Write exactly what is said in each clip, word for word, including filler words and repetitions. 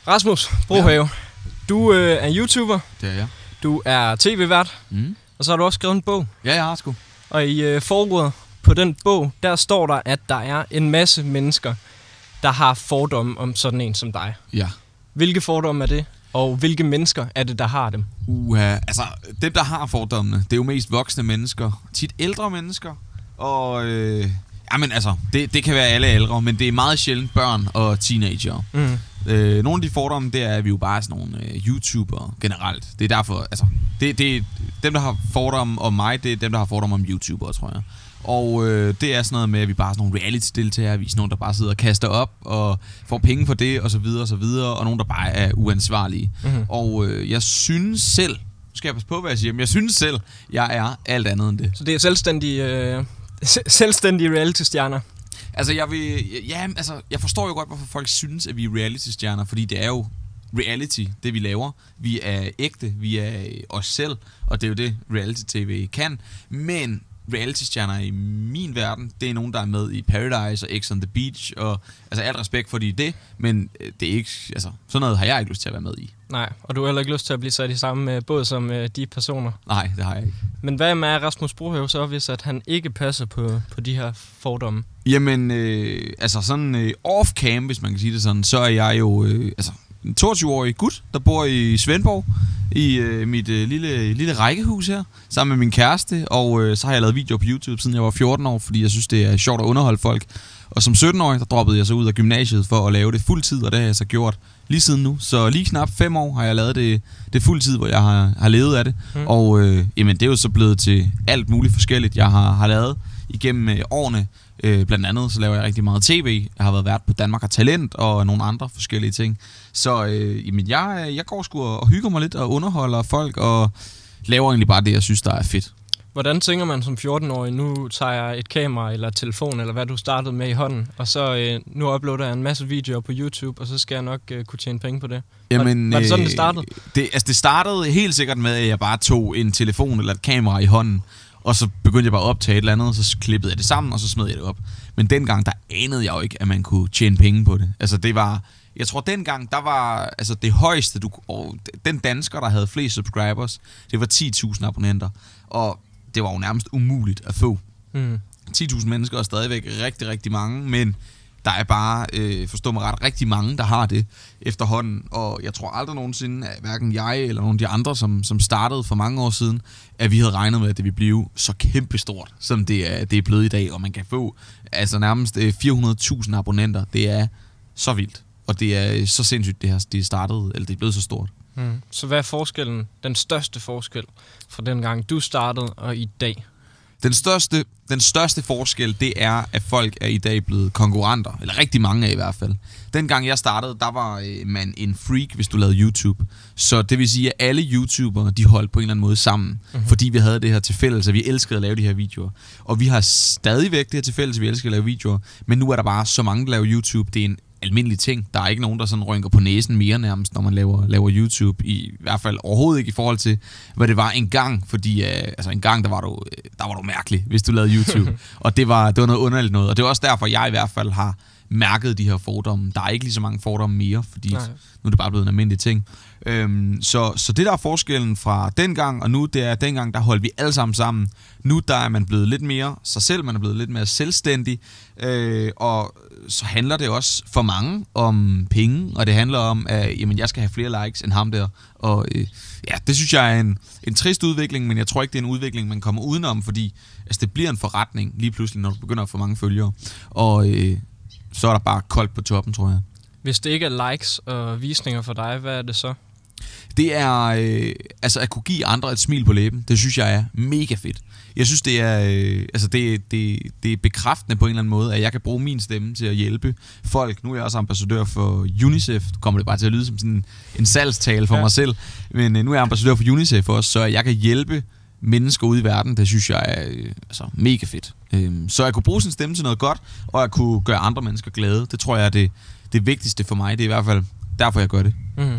Rasmus Brohave, ja. Du øh, er YouTuber. Det er jeg. Du er tv-vært. Mm. Og så har du også skrevet en bog. Ja, jeg har sgu. Og i øh, forordet på den bog, der står der, at der er en masse mennesker, der har fordomme om sådan en som dig. Ja. Hvilke fordomme er det? Og hvilke mennesker er det, der har dem? Uha, altså, dem, der har fordommene, det er jo mest voksne mennesker. Tit ældre mennesker. Og, øh, jamen altså, det, det kan være alle ældre, men det er meget sjældent børn og teenager. Mm. Øh, nogle af de fordomme, det er, at vi jo bare er sådan nogle øh, YouTubere generelt. Det er derfor, altså, det, det, dem, der har fordomme om mig, det er dem, der har fordomme om YouTubere, tror jeg. Og øh, det er sådan noget med, at vi bare er sådan nogle reality-deltagere. Vi er sådan nogle, der bare sidder og kaster op og får penge for det, og så videre, og så videre. Og nogle, der bare er uansvarlige. Mm-hmm. Og øh, jeg synes selv, skal jeg passe på, hvad jeg siger, men jeg synes selv, jeg er alt andet end det. Så det er selvstændige, øh, selvstændige reality-stjerner? Altså, jeg vil, ja, altså, jeg forstår jo godt, hvorfor folk synes, at vi er reality-stjerner, fordi det er jo reality, det vi laver. Vi er ægte, vi er os selv, og det er jo det, reality-tv kan. Men reality-stjerner i min verden, det er nogen, der er med i Paradise og X on the Beach, og altså alt respekt for de det, men det er ikke, altså sådan noget har jeg ikke lyst til at være med i. Nej, og du har heller ikke lyst til at blive sat i samme båd som øh, de personer. Nej, det har jeg ikke. Men hvad med Rasmus Brohave så, hvis at han ikke passer på, på de her fordomme? Jamen, øh, altså sådan øh, off-cam, hvis man kan sige det sådan, så er jeg jo øh, altså en toogtyve-årig gut, der bor i Svendborg, i øh, mit øh, lille, lille rækkehus her, sammen med min kæreste, og øh, så har jeg lavet videoer på YouTube, siden jeg var fjorten år, fordi jeg synes, det er sjovt at underholde folk. Og som sytten-årig, der droppede jeg så ud af gymnasiet for at lave det fuldtid, og det har jeg så gjort lige siden nu. Så lige knap fem år har jeg lavet det, det fuldtid, hvor jeg har, har levet af det. Mm. Og øh, jamen, det er jo så blevet til alt muligt forskelligt, jeg har, har lavet igennem øh, årene. Øh, blandt andet så laver jeg rigtig meget tv. Jeg har været vært på Danmark har Talent og nogle andre forskellige ting. Så øh, jamen, jeg, jeg går sgu og hygger mig lidt og underholder folk og laver egentlig bare det, jeg synes, der er fedt. Hvordan tænker man som fjorten-årig, nu tager jeg et kamera eller telefon, eller hvad du startede med i hånden, og så øh, nu uploader jeg en masse videoer på YouTube, og så skal jeg nok øh, kunne tjene penge på det? Jamen, var, var det sådan, det startede? Øh, det, altså, det startede helt sikkert med, at jeg bare tog en telefon eller et kamera i hånden, og så begyndte jeg bare at optage et eller andet, og så klippede jeg det sammen, og så smed jeg det op. Men dengang, der anede jeg jo ikke, at man kunne tjene penge på det. Altså, det var... Jeg tror, dengang, der var altså det højeste, du... Og den dansker, der havde flest subscribers, det var ti tusind abonnenter. Og det var jo nærmest umuligt at få. Mm. ti tusind mennesker er stadigvæk rigtig, rigtig mange, men der er bare, øh, forstå mig ret, rigtig mange, der har det efterhånden. Og jeg tror aldrig nogensinde, at hverken jeg eller nogle af de andre, som, som startede for mange år siden, at vi havde regnet med, at det ville blive så kæmpestort, som det er, det er blevet i dag. Og man kan få altså nærmest øh, fire hundrede tusind abonnenter. Det er så vildt. Og det er så sindssygt, det her det er startet, eller det er blevet så stort. Mm. Så hvad er forskellen, den største forskel fra dengang du startede og i dag? Den største, den største forskel, det er, at folk er i dag blevet konkurrenter. Eller rigtig mange af i hvert fald. Dengang jeg startede, der var øh, man en freak, hvis du lavede YouTube. Så det vil sige, at alle YouTubere, de holdt på en eller anden måde sammen. Mm-hmm. Fordi vi havde det her til fælles, at vi elskede at lave de her videoer. Og vi har stadigvæk det her til fælles, at vi elsker at lave videoer. Men nu er der bare så mange, der laver YouTube. Det er en almindelig ting. Der er ikke nogen, der sådan rynker på næsen mere nærmest, når man laver, laver YouTube. I, I hvert fald overhovedet ikke i forhold til, hvad det var engang. Fordi øh, altså engang, der var, du, der var du mærkelig, hvis du lavede YouTube. Og det var, det var noget underligt noget. Og det er også derfor, jeg i hvert fald har mærket de her fordomme. Der er ikke lige så mange fordomme mere, fordi Nej. nu er det bare blevet en almindelig ting. Øhm, så, så det der er forskellen fra dengang og nu, det er, at dengang, der holdt vi alle sammen sammen. Nu der er man blevet lidt mere sig selv, man er blevet lidt mere selvstændig, øh, og så handler det også for mange om penge, og det handler om, at jamen, jeg skal have flere likes end ham der. Og øh, ja, det synes jeg er en, en trist udvikling, men jeg tror ikke, det er en udvikling, man kommer udenom, fordi altså, det bliver en forretning lige pludselig, når du begynder at få mange følgere. Og øh, så er der bare koldt på toppen, tror jeg. Hvis det ikke er likes og visninger for dig, hvad er det så? Det er øh, altså at kunne give andre et smil på læben. Det synes jeg er mega fedt. Jeg synes det er øh, altså det, det, det er bekræftende på en eller anden måde, at jeg kan bruge min stemme til at hjælpe folk. Nu er jeg også ambassadør for UNICEF. Nu kommer det bare til at lyde som sådan en salgstale for ja. mig selv. Men øh, nu er jeg ambassadør for UNICEF også, så jeg kan hjælpe mennesker ude i verden. Det synes jeg er øh, altså mega fedt. Øh, så jeg kunne bruge sin stemme til noget godt, og jeg kunne gøre andre mennesker glade. Det tror jeg er det, det vigtigste for mig. Det er i hvert fald derfor, jeg gør det. Mm.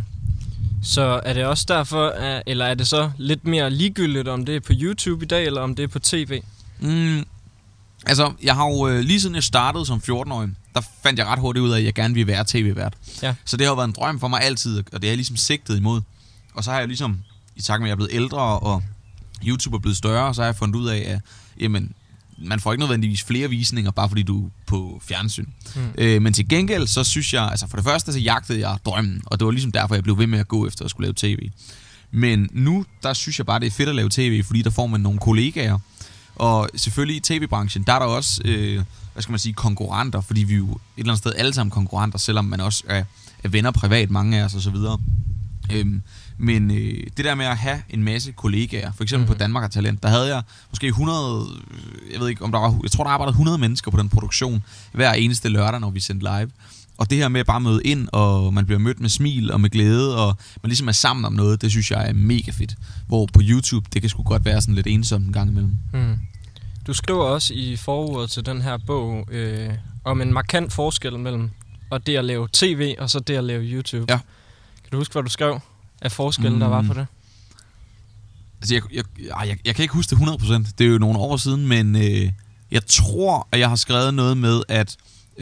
Så er det også derfor, eller er det så lidt mere ligegyldigt, om det er på YouTube i dag, eller om det er på tv? Mm, altså, jeg har jo lige siden jeg startede som fjorten-årig, der fandt jeg ret hurtigt ud af, at jeg gerne ville være tv-vært. Ja. Så det har været en drøm for mig altid, og det er jeg ligesom sigtet imod. Og så har jeg ligesom, i takt med, at jeg er blevet ældre, og YouTube er blevet større, så har jeg fundet ud af, at jamen, man får ikke nødvendigvis flere visninger, bare fordi du er på fjernsyn. Mm. Øh, men til gengæld, så synes jeg, altså for det første, så jagtede jeg drømmen, og det var ligesom derfor, jeg blev ved med at gå efter at skulle lave tv. Men nu, der synes jeg bare, det er fedt at lave tv, fordi der får man nogle kollegaer. Og selvfølgelig i tv-branchen, der er der også, øh, hvad skal man sige, konkurrenter, fordi vi er jo et eller andet sted alle sammen konkurrenter, selvom man også er, er venner privat, mange af os og så videre. Øhm, men øh, det der med at have en masse kollegaer, for eksempel mm-hmm. på Danmark har Talent, der havde jeg måske hundrede, jeg ved ikke om der var, jeg tror der arbejdede hundrede mennesker på den produktion hver eneste lørdag, når vi sendte live. Og det her med bare at møde ind, og man bliver mødt med smil og med glæde, og man ligesom er sammen om noget, det synes jeg er mega fedt. Hvor på YouTube, det kan sgu godt være sådan lidt ensomt en gang imellem. Mm. Du skriver også i forordet til den her bog øh, om en markant forskel mellem og det at lave tv og så det at lave YouTube. Ja. Kan du huske, hvad du skrev af forskellen, mm. der var på det? Altså, jeg, jeg, jeg, jeg kan ikke huske det hundrede procent. Det er jo nogle år siden, men øh, jeg tror, at jeg har skrevet noget med, at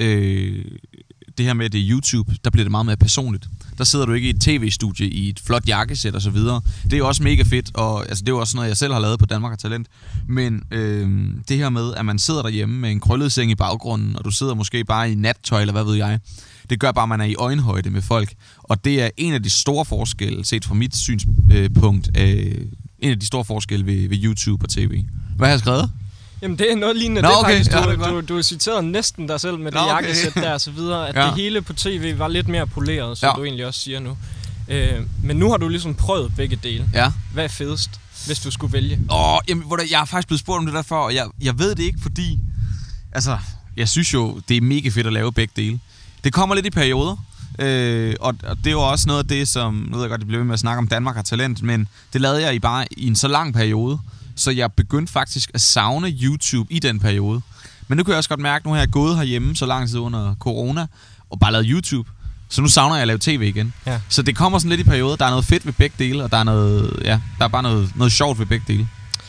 øh, det her med, at det er YouTube, der bliver det meget mere personligt. Der sidder du ikke i et tv-studie i et flot jakkesæt og så videre. Det er jo også mega fedt, og altså, det er jo også noget, jeg selv har lavet på Danmark har Talent. Men øh, det her med, at man sidder derhjemme med en krøllet seng i baggrunden, og du sidder måske bare i nattøj, eller hvad ved jeg, det gør bare, at man er i øjenhøjde med folk. Og det er en af de store forskelle, set fra mit synspunkt, øh, en af de store forskelle ved, ved YouTube og tv. Hvad har jeg skrevet? Jamen det er noget lignende. Nå, det okay. faktisk, du, ja, du, du citerede næsten dig selv med det Nå, okay. jakkesæt der og så videre, at ja. det hele på tv var lidt mere poleret, som ja. du egentlig også siger nu. Øh, men nu har du ligesom prøvet begge dele. Ja. Hvad er fedest, hvis du skulle vælge? Åh, jamen, jeg har faktisk blevet spurgt om det der før, og jeg, jeg ved det ikke, fordi altså, jeg synes jo, det er mega fedt at lave begge dele. Det kommer lidt i perioder, øh, og, og det er jo også noget af det, som, nu ved jeg godt, det bliver ved med at snakke om Danmark har Talent, men det lavede jeg i bare i en så lang periode, så jeg begyndte faktisk at savne YouTube i den periode. Men nu kan jeg også godt mærke, nu har jeg gået herhjemme så lang tid under corona, og bare lavet YouTube, så nu savner jeg at lave tv igen. Ja. Så det kommer sådan lidt i perioder. Der er noget fedt ved begge dele, og der er noget, ja, der er bare noget, noget sjovt ved begge dele.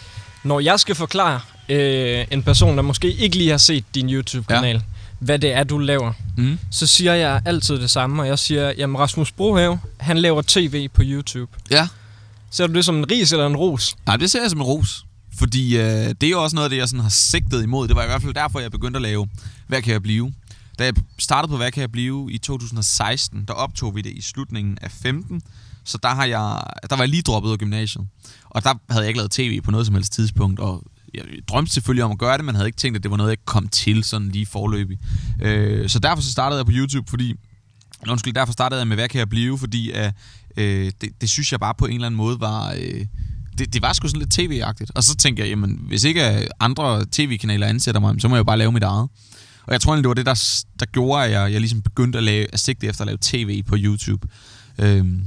Når jeg skal forklare øh, en person, der måske ikke lige har set din YouTube-kanal, ja. hvad det er, du laver, mm. så siger jeg altid det samme, og jeg siger, jamen Rasmus Brohave, han laver tv på YouTube. Ja. Ser du det som en ris eller en ros? Nej, det ser jeg som en ros. Fordi øh, det er jo også noget af det, jeg sådan har sigtet imod. Det var i hvert fald derfor, jeg begyndte at lave Hvad kan jeg blive? Da jeg startede på Hvad kan jeg blive i to tusind og seksten, der optog vi det i slutningen af femten. Så der, har jeg, der var jeg lige droppet ud af gymnasiet. Og der havde jeg ikke lavet tv på noget som helst tidspunkt. Og jeg drømte selvfølgelig om at gøre det, men havde ikke tænkt, at det var noget, jeg kom til sådan lige forløbig. Øh, så derfor så startede jeg på YouTube, fordi... Undskyld, derfor startede jeg med Hvad kan jeg blive? Fordi at, øh, det, det synes jeg bare på en eller anden måde var... Øh, det, det var sgu sådan lidt tv-agtigt. Og så tænkte jeg, jamen, hvis ikke andre tv-kanaler ansætter mig, så må jeg jo bare lave mit eget. Og jeg tror egentlig, det var det, der, der gjorde, at jeg, jeg ligesom begyndte at, lave, at sigte efter at lave tv på YouTube. Øhm,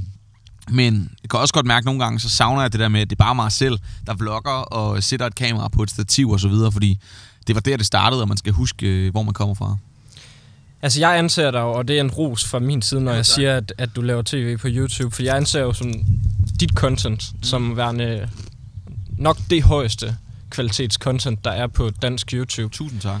men jeg kan også godt mærke, at nogle gange, så savner jeg det der med, at det er bare mig selv, der vlogger og sætter et kamera på et stativ og så videre, fordi det var der, det startede, og man skal huske, hvor man kommer fra. Altså, jeg anser dig, og det er en ros fra min side, når ja, jeg siger, at, at du laver tv på YouTube, for jeg anser jo som dit content mm. som værende nok det højeste kvalitetscontent, der er på dansk YouTube. Tusind tak.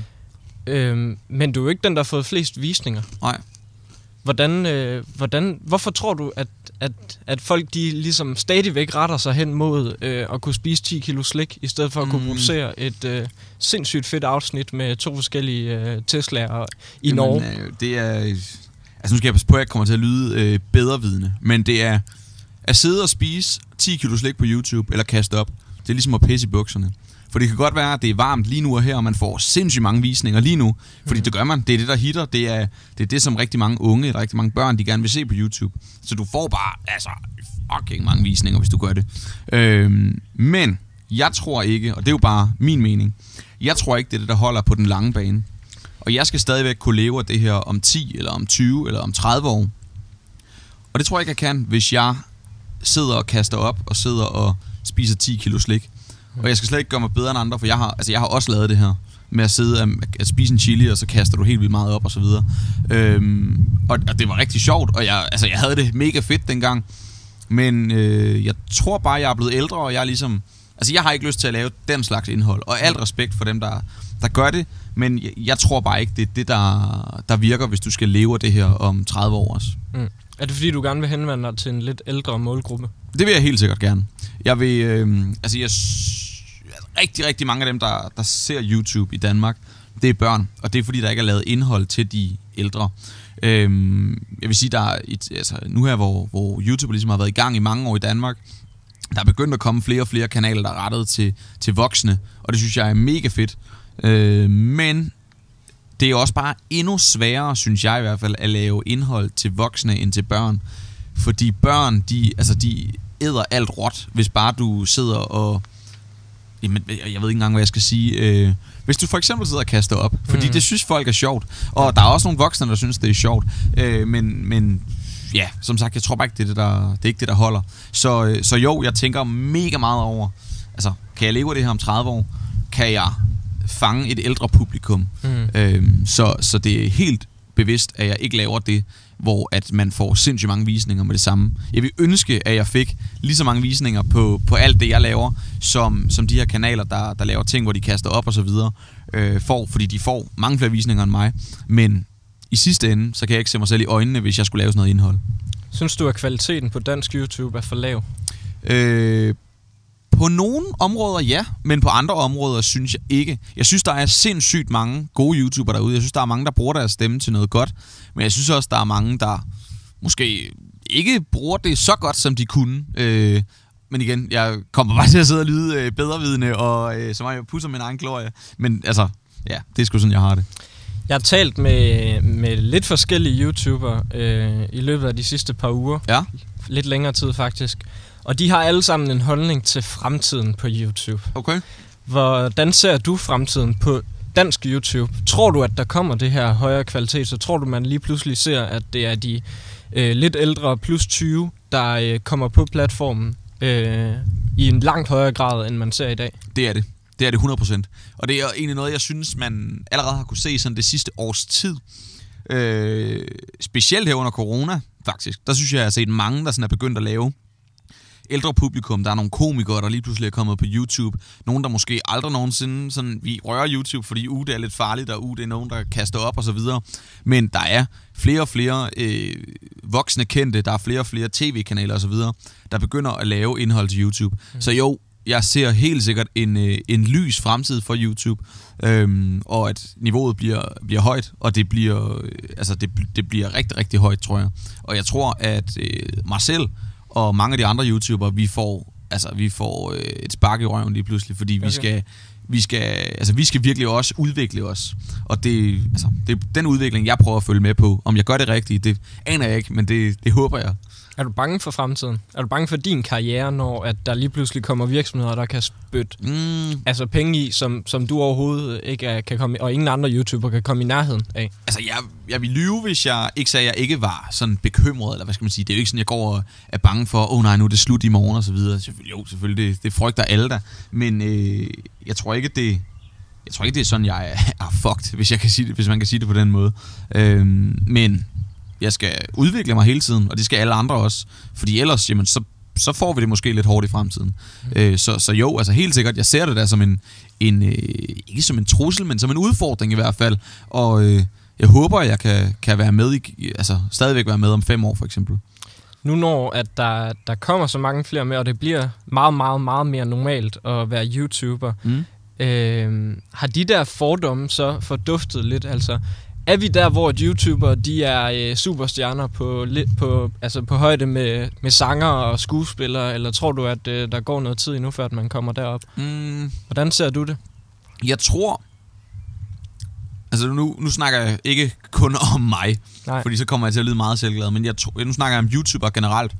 Øhm, men du er jo ikke den, der har fået flest visninger. Nej. Hvordan, øh, hvordan, hvorfor tror du, at, at, at folk de ligesom stadigvæk retter sig hen mod øh, at kunne spise ti kilo slik, i stedet for at mm. kunne producere et øh, sindssygt fedt afsnit med to forskellige øh, Tesla'er i Jamen, Norge? Øh, det er... Altså nu skal jeg passe på, at jeg kommer til at lyde øh, bedrevidende, men det er at sidde og spise ti kilo slik på YouTube, eller kaste op. Det er ligesom at pisse i bukserne. For det kan godt være, at det er varmt lige nu og her, og man får sindssygt mange visninger lige nu. Fordi mm. det gør man. Det er det, der hitter. Det er, det er det, som rigtig mange unge, eller rigtig mange børn, de gerne vil se på YouTube. Så du får bare, altså, fucking mange visninger, hvis du gør det. Øhm, men jeg tror ikke, og det er jo bare min mening, jeg tror ikke, det er det, der holder på den lange bane. Og jeg skal stadigvæk kunne leve af det her om ti, eller om tyve, eller om tredive år. Og det tror jeg ikke, jeg kan, hvis jeg sidder og kaster op, og sidder og spiser ti kilo slik. Og jeg skal slet ikke gøre mig bedre end andre, for jeg har, altså jeg har også lavet det her med at sidde og at spise en chili, og så kaster du helt vildt meget op og så videre. Øhm, og, og det var rigtig sjovt, og jeg, altså jeg havde det mega fedt dengang. Men øh, jeg tror bare, jeg er blevet ældre, og jeg er ligesom... Altså jeg har ikke lyst til at lave den slags indhold, og alt respekt for dem, der, der gør det, men jeg, jeg tror bare ikke, det er det, der, der virker, hvis du skal leve af det her om tredive år også. Mm. Er det fordi, du gerne vil henvende dig til en lidt ældre målgruppe? Det vil jeg helt sikkert gerne. Jeg vil, øh, altså jeg, rigtig, rigtig mange af dem, der, der ser YouTube i Danmark, det er børn, og det er fordi, der ikke er lavet indhold til de ældre. Øh, jeg vil sige, der er et, altså, nu her, hvor, hvor YouTube ligesom har været i gang i mange år i Danmark, der er begyndt at komme flere og flere kanaler, der er rettet til, til voksne, og det synes jeg er mega fedt. Øh, men det er også bare endnu sværere, synes jeg i hvert fald, at lave indhold til voksne end til børn. Fordi børn, de, altså, de æder alt råt, hvis bare du sidder og... Jamen, jeg ved ikke engang, hvad jeg skal sige. Øh, hvis du for eksempel sidder og kaster op, fordi mm. det synes folk er sjovt. Og der er også nogle voksne, der synes, det er sjovt. Øh, men, men ja, som sagt, jeg tror bare ikke, det er, det, der, det er ikke det, der holder. Så, så jo, jeg tænker mega meget over, altså, kan jeg leve af det her om tredive år? Kan jeg fange et ældre publikum? Mm. Øh, så, så det er helt bevidst, at jeg ikke laver det, hvor at man får sindssygt mange visninger med det samme. Jeg vil ønske, at jeg fik lige så mange visninger på, på alt det, jeg laver, som, som de her kanaler, der, der laver ting, hvor de kaster op og så videre, øh, får, fordi de får mange flere visninger end mig. Men i sidste ende, så kan jeg ikke se mig selv i øjnene, hvis jeg skulle lave sådan noget indhold. Synes du, at kvaliteten på dansk YouTube er for lav? Øh, på nogle områder ja, men på andre områder synes jeg ikke. Jeg synes, der er sindssygt mange gode YouTubere derude. Jeg synes, der er mange, der bruger deres stemme til noget godt. Men jeg synes også, der er mange, der måske ikke bruger det så godt, som de kunne. Øh, men igen, jeg kommer bare til at sidde og lyde øh, bedrevidende, og øh, så meget jeg pusser min egen glorie. Men altså, ja, det er sgu sådan, jeg har det. Jeg har talt med, med lidt forskellige YouTubere øh, i løbet af de sidste par uger. Ja. Lidt længere tid faktisk. Og de har alle sammen en holdning til fremtiden på YouTube. Okay. Hvordan ser du fremtiden på dansk YouTube? Tror du, at der kommer det her højere kvalitet? Så tror du, man lige pludselig ser, at det er de øh, lidt ældre plus tyve, der øh, kommer på platformen øh, i en langt højere grad, end man ser i dag? Det er det. Det er det hundrede procent. Og det er egentlig noget, jeg synes, man allerede har kunne se sådan det sidste års tid. Øh, specielt her under corona, faktisk. Der synes jeg, jeg har set mange, der sådan er begyndt at lave ældre publikum. Der er nogle komikere, der lige pludselig er kommet på YouTube. Nogen, der måske aldrig nogensinde sådan, vi rører YouTube, fordi uh, det er lidt farligt, og uh, det er nogen, der kaster op og så videre. Men der er flere og flere øh, voksne kendte, der er flere og flere tv-kanaler og så videre, der begynder at lave indhold til YouTube. Mm. Så jo, jeg ser helt sikkert en, øh, en lys fremtid for YouTube, øhm, og at niveauet bliver, bliver højt, og det bliver, øh, altså det, det bliver rigtig, rigtig højt, tror jeg. Og jeg tror, at øh, mig selv og mange af de andre YouTubere, vi får, altså, vi får øh, et spark i røven lige pludselig, fordi okay. vi skal... Vi skal, altså, vi skal virkelig også udvikle os. Og det, altså, det er den udvikling, jeg prøver at følge med på. Om jeg gør det rigtigt, det aner jeg ikke, men det, det håber jeg. Er du bange for fremtiden? Er du bange for din karriere, når at der lige pludselig kommer virksomheder, der kan spytte mm. altså penge i, som, som du overhovedet ikke er, kan komme, og ingen andre YouTuber kan komme i nærheden af? Altså, jeg, jeg vil lyve, hvis jeg ikke sagde, at jeg ikke var sådan bekymret, eller hvad skal man sige. Det er jo ikke sådan, jeg går og er bange for, åh oh, nej, nu er det slut i morgen, og så videre. Selvfølgelig, jo, selvfølgelig, det, det frygter alle der. Men øh, jeg tror ikke, det... Jeg tror ikke, det er sådan, jeg er, er fucked, hvis, jeg kan sige det, hvis man kan sige det på den måde. Øhm, men jeg skal udvikle mig hele tiden, og det skal alle andre også. Fordi ellers, jamen, så, så får vi det måske lidt hårdt i fremtiden. Mm. Øh, så, så jo, altså helt sikkert, jeg ser det der som en, en øh, ikke som en trussel, men som en udfordring i hvert fald. Og øh, jeg håber, at jeg kan, kan være med, i, altså stadigvæk være med om fem år for eksempel. Nu når at der, der kommer så mange flere med, og det bliver meget, meget, meget mere normalt at være YouTuber, mm. øh, har de der fordomme så forduftet lidt? Altså, er vi der, hvor YouTubere de er øh, superstjerner på, på, altså på højde med, med sanger og skuespillere, eller tror du, at øh, der går noget tid endnu, før at man kommer derop? Mm. Hvordan ser du det? Jeg tror... Altså nu, nu snakker jeg ikke kun om mig, Nej. Fordi så kommer jeg til at lyde meget selvglad, men jeg tror, nu snakker jeg om YouTuber generelt.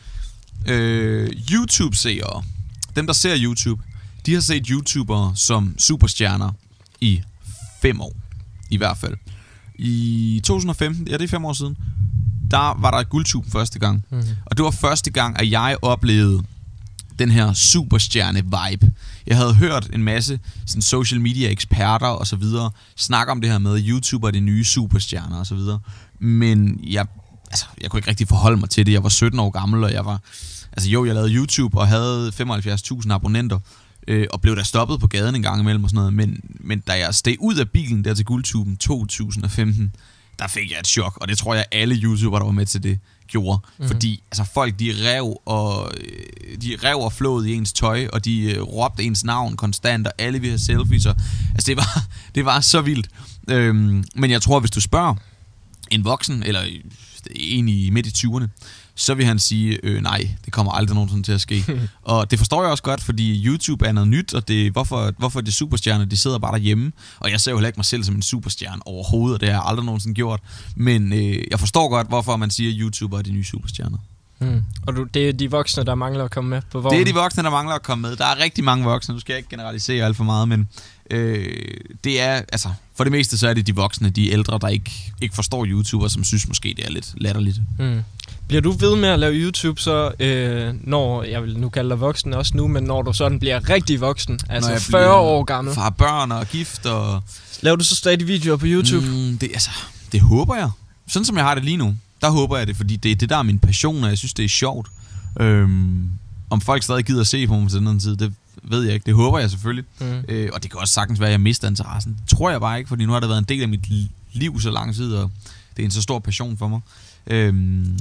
Øh, YouTube-seere, dem der ser YouTube, de har set YouTubere som superstjerner i fem år, i hvert fald. I to tusind og femten, ja det er fem år siden, der var der et guldtube første gang. Mm-hmm. Og det var første gang, at jeg oplevede den her superstjerne-vibe. Jeg havde hørt en masse sådan social media eksperter og så videre snakke om det her med YouTuber, de nye superstjerner og så videre. Men jeg, altså, jeg kunne ikke rigtig forholde mig til det. Jeg var sytten år gammel, og jeg var... Altså jo, jeg lavede YouTube og havde femoghalvfjerds tusind abonnenter. øh, og blev der stoppet på gaden en gang imellem og sådan noget. Men, men da jeg steg ud af bilen der til Guldtuben to tusind og femten, der fik jeg et chok, og det tror jeg alle YouTubere, der var med til det, gjorde. Mm. Fordi altså, folk, de rev og, de rev og flåede i ens tøj, og de øh, råbte ens navn konstant, og alle ville have selfies. Og, altså, det var, det var så vildt. Øhm, men jeg tror, hvis du spørger en voksen, eller en i midt i tyverne, så vil han sige, øh, nej, det kommer aldrig nogensinde til at ske. Og det forstår jeg også godt, fordi YouTube er noget nyt, og det, hvorfor, hvorfor det superstjerner, de sidder bare derhjemme, og jeg ser jo heller ikke mig selv som en superstjerne overhovedet, og det har jeg aldrig nogensinde gjort. Men øh, jeg forstår godt, hvorfor man siger, at YouTuber er de nye superstjerner. Mm. Og du, det er de voksne, der mangler at komme med på vognen? Det er de voksne, der mangler at komme med. Der er rigtig mange voksne, nu skal jeg ikke generalisere alt for meget, men øh, det er, altså, for det meste så er det de voksne, de ældre, der ikke, ikke forstår YouTuber, som synes måske, det er lidt latterligt. Mm. Bliver du ved med at lave YouTube så, øh, når, jeg vil nu kalde dig voksen også nu, men når du sådan bliver rigtig voksen, altså fyrre år gammel? Far, børn og gift og... Laver du så stadig videoer på YouTube? Mm, det, altså, det håber jeg. Sådan som jeg har det lige nu, der håber jeg det, fordi det er det, der er min passion, og jeg synes, det er sjovt. Øhm, om folk stadig gider at se på mig til den anden tid, det ved jeg ikke. Det håber jeg selvfølgelig. Mm. Øh, og det kan også sagtens være, at jeg mister interessen. Det tror jeg bare ikke, fordi nu har det været en del af mit liv så lang tid, og det er en så stor passion for mig. Øhm,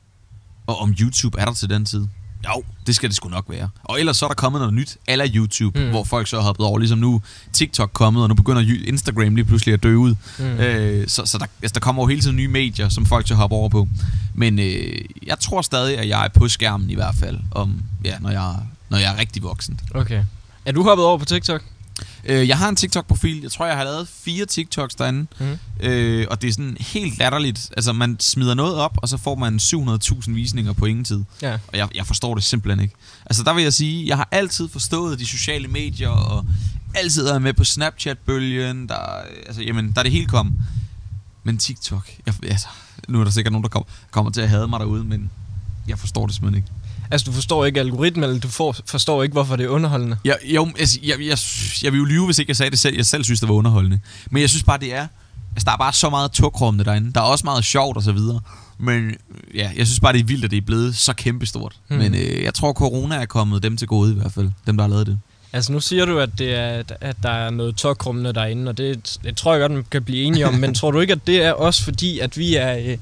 og om YouTube er der til den tid? Jo, det skal det sgu nok være. Og ellers så er der kommet noget nyt a la YouTube, mm. hvor folk så har hoppet over. Ligesom nu TikTok kommet, og nu begynder Instagram lige pludselig at dø ud. Mm. Øh, så så der, altså, der kommer jo hele tiden nye medier, som folk så hopper over på. Men øh, jeg tror stadig, at jeg er på skærmen i hvert fald, om, ja, når, jeg, når jeg er rigtig voksen. Okay. Er du hoppet over på TikTok? Øh, jeg har en TikTok-profil. Jeg tror, jeg har lavet fire TikToks derinde. Mm. Øh, og det er sådan helt latterligt. Altså, man smider noget op, og så får man syv hundrede tusind visninger på ingen tid. Ja. Og jeg, jeg forstår det simpelthen ikke. Altså, der vil jeg sige, jeg har altid forstået de sociale medier, og altid er med på Snapchat-bølgen. Der, altså, jamen, der er det helt kommet. Men TikTok, jeg, altså, nu er der sikkert nogen, der kommer, kommer til at hade mig derude, men jeg forstår det simpelthen ikke. Altså, du forstår ikke algoritmen, eller du for, forstår ikke, hvorfor det er underholdende? Ja, jo, altså, jeg, jeg, jeg vil jo lyve, hvis ikke jeg sagde det selv. Jeg selv synes, det var underholdende. Men jeg synes bare, det er... Altså, der er bare så meget tugkrummende derinde. Der er også meget sjovt og så videre. Men ja, jeg synes bare, det er vildt, at det er blevet så kæmpestort. Hmm. Men øh, jeg tror, corona er kommet dem til gode i hvert fald. Dem, der har lavet det. Altså, nu siger du, at, det er, at der er noget tugkrummende derinde, og det, det tror jeg godt, man kan blive enige om. Men tror du ikke, at det er også fordi, at vi er... Øh,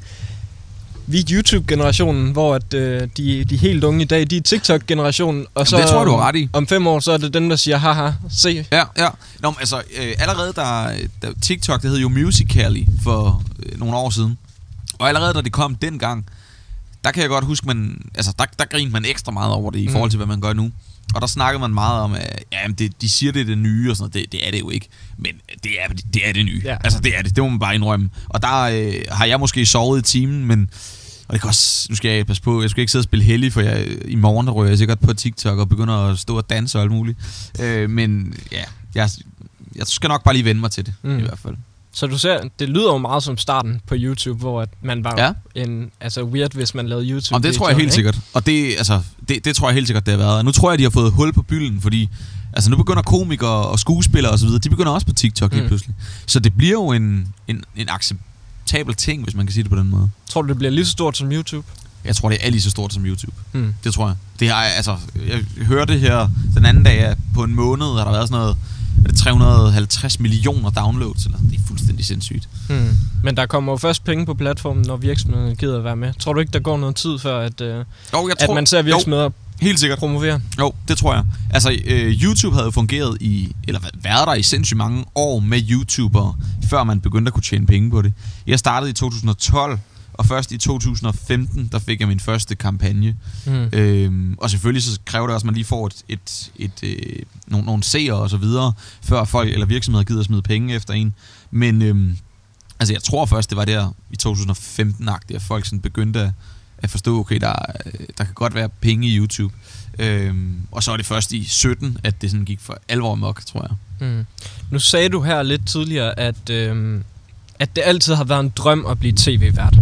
Vi er YouTube-generationen, hvor at, øh, de, de helt unge i dag, de er TikTok-generationen, og så det tror jeg, du har ret i. Om fem år, så er det dem, der siger, haha, se. Ja, ja. Nå, men altså, øh, allerede der, der TikTok, det hed jo Musical.ly for øh, nogle år siden, og allerede da det kom dengang, der kan jeg godt huske, man, altså, der, der grinte man ekstra meget over det i mm. forhold til, hvad man gør nu. Og der snakkede man meget om, at ja, det, de siger, det er det nye og sådan noget. Det, det er det jo ikke. Men det er det, er det nye. Ja. Altså, det er det. Det må man bare indrømme. Og der øh, har jeg måske sovet i timen, men... Og det kan også... Nu skal jeg passe på. Jeg skal ikke sidde og spille hellig, for jeg, i morgen der rører jeg sikkert på TikTok og begynder at stå og danse og alt muligt. Øh, men ja, jeg, jeg skal nok bare lige vende mig til det, mm. i hvert fald. Så du ser, det lyder jo meget som starten på YouTube, hvor at man var ja. en, altså weird, hvis man lavede YouTube. Og det tror jeg helt ikke? sikkert. Og det, altså, det, det tror jeg helt sikkert, det har været. Og nu tror jeg, de har fået hul på bylden, fordi altså, nu begynder komikere og skuespillere og så videre, de begynder også på TikTok mm. lige pludselig. Så det bliver jo en, en, en acceptabel ting, hvis man kan sige det på den måde. Tror du, det bliver lige så stort som YouTube? Jeg tror, det er lige så stort som YouTube. Mm. Det tror jeg. Det har, altså, jeg hørte her den anden dag, at på en måned har der været sådan noget, er det tre hundrede og halvtreds millioner downloads, eller det er fuldstændig sindssygt. Hmm. Men der kommer jo først penge på platformen, når virksomheden gider at være med. Tror du ikke, der går noget tid før, at, øh, jo, jeg at tror, man ser virksomheder jo, helt sikkert promovere? Jo, det tror jeg. Altså, øh, YouTube havde fungeret i, eller været der i sindssygt mange år med YouTubere, før man begyndte at kunne tjene penge på det. Jeg startede i to tusind og tolv, og først i to tusind og femten, der fik jeg min første kampagne. Mm. Øhm, og selvfølgelig så kræver det også, at man lige får et, et, et, et, nogle, nogle seere og så videre, før folk eller virksomheder gider at smide penge efter en. Men øhm, altså jeg tror først, det var der i to tusind og femten-agtigt, at folk sådan begyndte at, at forstå, okay, der, der kan godt være penge i YouTube. Øhm, og så er det først i sytten, at det sådan gik for alvor mok, tror jeg. Mm. Nu sagde du her lidt tidligere, at... Øhm at det altid har været en drøm at blive tv-vært.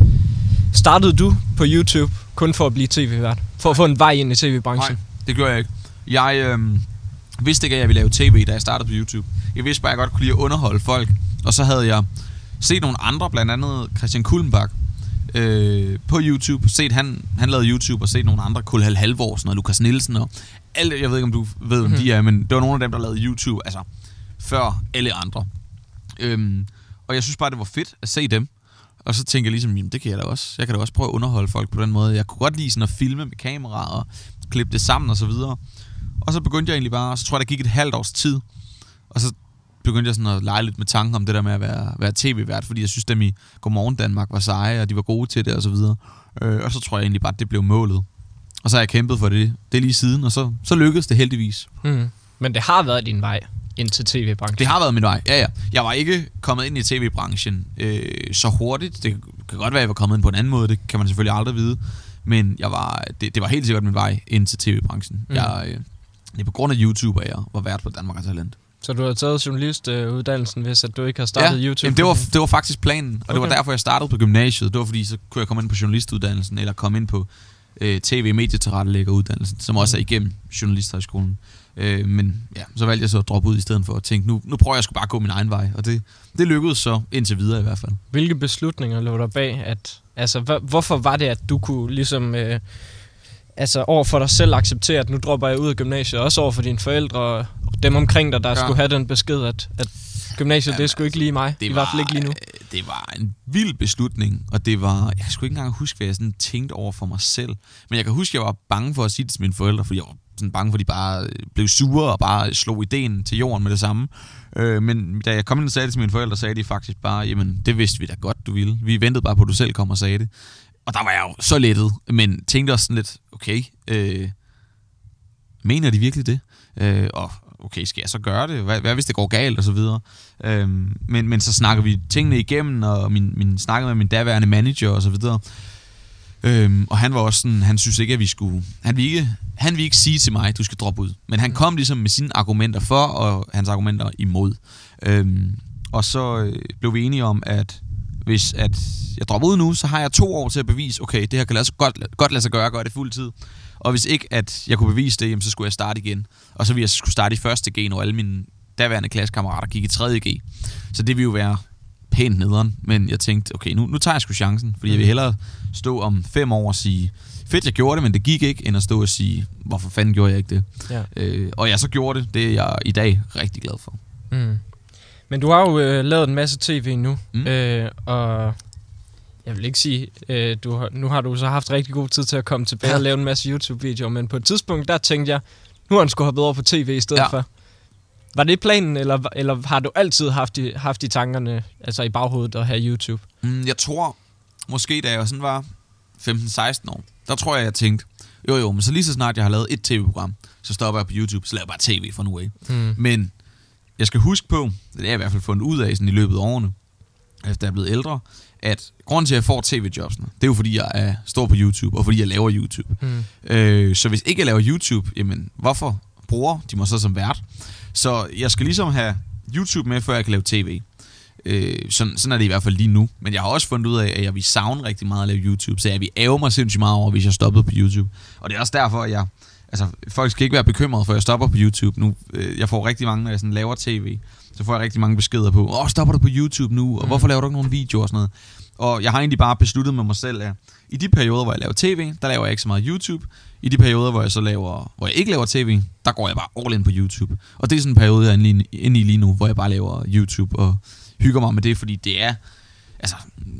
Startede du på YouTube kun for at blive tv-vært? For at få en vej ind i tv-branchen? Nej, det gjorde jeg ikke. Jeg øh, vidste ikke, at jeg ville lave tv, da jeg startede på YouTube. Jeg vidste bare, at jeg godt kunne lide at underholde folk. Og så havde jeg set nogle andre, blandt andet Christian Kullenbach, øh, på YouTube, set han, han lavede YouTube, og set nogle andre, Kulhal Halvorsen og Lukas Nielsen, og alle, jeg ved ikke, om du ved, hvem mm-hmm. de er, men det var nogle af dem, der lavede YouTube, altså før alle andre. Øhm, og jeg synes bare, det var fedt at se dem. Og så tænker jeg ligesom, jamen det kan jeg da også. Jeg kan da også prøve at underholde folk på den måde. Jeg kunne godt lide sådan at filme med kamera og klippe det sammen og så videre. Og så begyndte jeg egentlig bare, og så tror jeg, der gik et halvt års tid. Og så begyndte jeg sådan at lege lidt med tanken om det der med at være, være tv-vært, fordi jeg synes, dem i Godmorgen Danmark var seje, og de var gode til det og så videre. Øh, og så tror jeg egentlig bare, at det blev målet. Og så har jeg kæmpet for det, det er lige siden, og så, så lykkedes det heldigvis. Mm. Men det har været din vej ind til tv-branchen? Det har været min vej, ja ja. Jeg var ikke kommet ind i tv-branchen øh, så hurtigt. Det kan godt være, at jeg var kommet ind på en anden måde, det kan man selvfølgelig aldrig vide. Men jeg var, det, det var helt sikkert min vej ind til tv-branchen. Mm. Jeg, øh, det er på grund af YouTube, at jeg var vært på Danmark har Talent. Så du har taget journalistuddannelsen, hvis at du ikke har startet ja, YouTube? Jamen det var, det var faktisk planen, og okay. Det var derfor, jeg startede på gymnasiet. Det var fordi, så kunne jeg komme ind på journalistuddannelsen, eller komme ind på øh, tv-medietilrettelæggeruddannelsen, som også er igennem journalisthøjskolen. Øh, men ja, så valgte jeg så at droppe ud i stedet for at tænke, nu, nu prøver jeg sgu bare at gå min egen vej, og det, det lykkedes så indtil videre i hvert fald. Hvilke beslutninger lå der bag, at, altså h- hvorfor var det, at du kunne ligesom, øh, altså over for dig selv acceptere, at nu dropper jeg ud af gymnasiet, også over for dine forældre og dem omkring dig, der ja. skulle have den besked, at, at gymnasiet, Jamen, det er sgu ikke lige mig, i var, hvert fald ikke lige nu. Det var en vild beslutning, og det var, jeg kan sgu ikke engang huske, hvad jeg sådan tænkte over for mig selv, men jeg kan huske, at jeg var bange for at sige det til mine forældre, fordi jeg var sådan bange for, at de bare blev sure og bare slog ideen til jorden med det samme. Øh, men da jeg kom ind og sagde det til mine forældre, sagde de faktisk bare, jamen det vidste vi da godt, du ville. Vi ventede bare på, at du selv kom og sagde det. Og der var jeg jo så lettet, men tænkte også sådan lidt, okay, øh, mener de virkelig det? Øh, og okay, skal jeg så gøre det? Hvad, hvad hvis det går galt? Og så videre. Øh, men, men så snakker vi tingene igennem, og min, min snakkede med min daværende manager og så videre. Øhm, og han var også sådan, han synes ikke, at vi skulle, han ville ikke, han ville ikke sige til mig, at du skal droppe ud. Men han kom ligesom med sine argumenter for, og hans argumenter imod. Øhm, og så øh, blev vi enige om, at hvis at jeg dropper ud nu, så har jeg to år til at bevise, okay, det her kan lade sig godt, godt lade sig gøre, gøre det fuld tid. Og hvis ikke, at jeg kunne bevise det, jamen, så skulle jeg starte igen. Og så ville jeg skulle starte i første G, når alle mine daværende klassekammerater gik i tredje G. Så det ville jo være pænt nederen, men jeg tænkte, okay, nu, nu tager jeg sgu chancen, fordi jeg vil hellere stå om fem år og sige, fedt, jeg gjorde det, men det gik ikke, end at stå og sige, hvorfor fanden gjorde jeg ikke det? Ja. Øh, og jeg så gjorde det, det er jeg i dag rigtig glad for. Mm. Men du har jo øh, lavet en masse tv nu, mm. øh, og jeg vil ikke sige, øh, du har, nu har du så haft rigtig god tid til at komme tilbage ja. og lave en masse YouTube-videoer, men på et tidspunkt, der tænkte jeg, nu har han sgu hoppet over på tv i stedet ja. for. Var det planen, eller, eller har du altid haft i, haft i tankerne, altså i baghovedet at have YouTube? Mm, jeg tror, måske da jeg sådan var femten seksten år, der tror jeg, jeg tænkte, jo jo, men så lige så snart jeg har lavet et tv-program, så stopper jeg på YouTube, så laver jeg bare tv for nu af. Mm. Men jeg skal huske på, det er jeg i hvert fald fundet ud af sådan i løbet af årene, efter jeg er blevet ældre, at grunden til, at jeg får tv-jobsene, det er jo fordi, jeg er stor på YouTube, og fordi jeg laver YouTube. Mm. Øh, så hvis ikke jeg laver YouTube, jamen hvorfor bruger de mig så som vært? Så jeg skal ligesom have YouTube med, før jeg kan lave tv. Øh, sådan, sådan er det i hvert fald lige nu. Men jeg har også fundet ud af, at jeg vil savne rigtig meget at lave YouTube. Så jeg vil ære mig sindssygt meget over, hvis jeg stoppede på YouTube. Og det er også derfor, at jeg... Altså, folk skal ikke være bekymrede for, at jeg stopper på YouTube nu. Øh, jeg får rigtig mange, når jeg sådan laver tv, så får jeg rigtig mange beskeder på, åh, stopper du på YouTube nu? Og hvorfor laver du ikke nogen videoer og sådan noget? Og jeg har egentlig bare besluttet med mig selv, at i de perioder, hvor jeg laver tv, der laver jeg ikke så meget YouTube. I de perioder, hvor jeg så laver, hvor jeg ikke laver tv, der går jeg bare all in på YouTube. Og det er sådan en periode, jeg er inde i lige nu, hvor jeg bare laver YouTube og hygger mig med det, fordi det er, altså,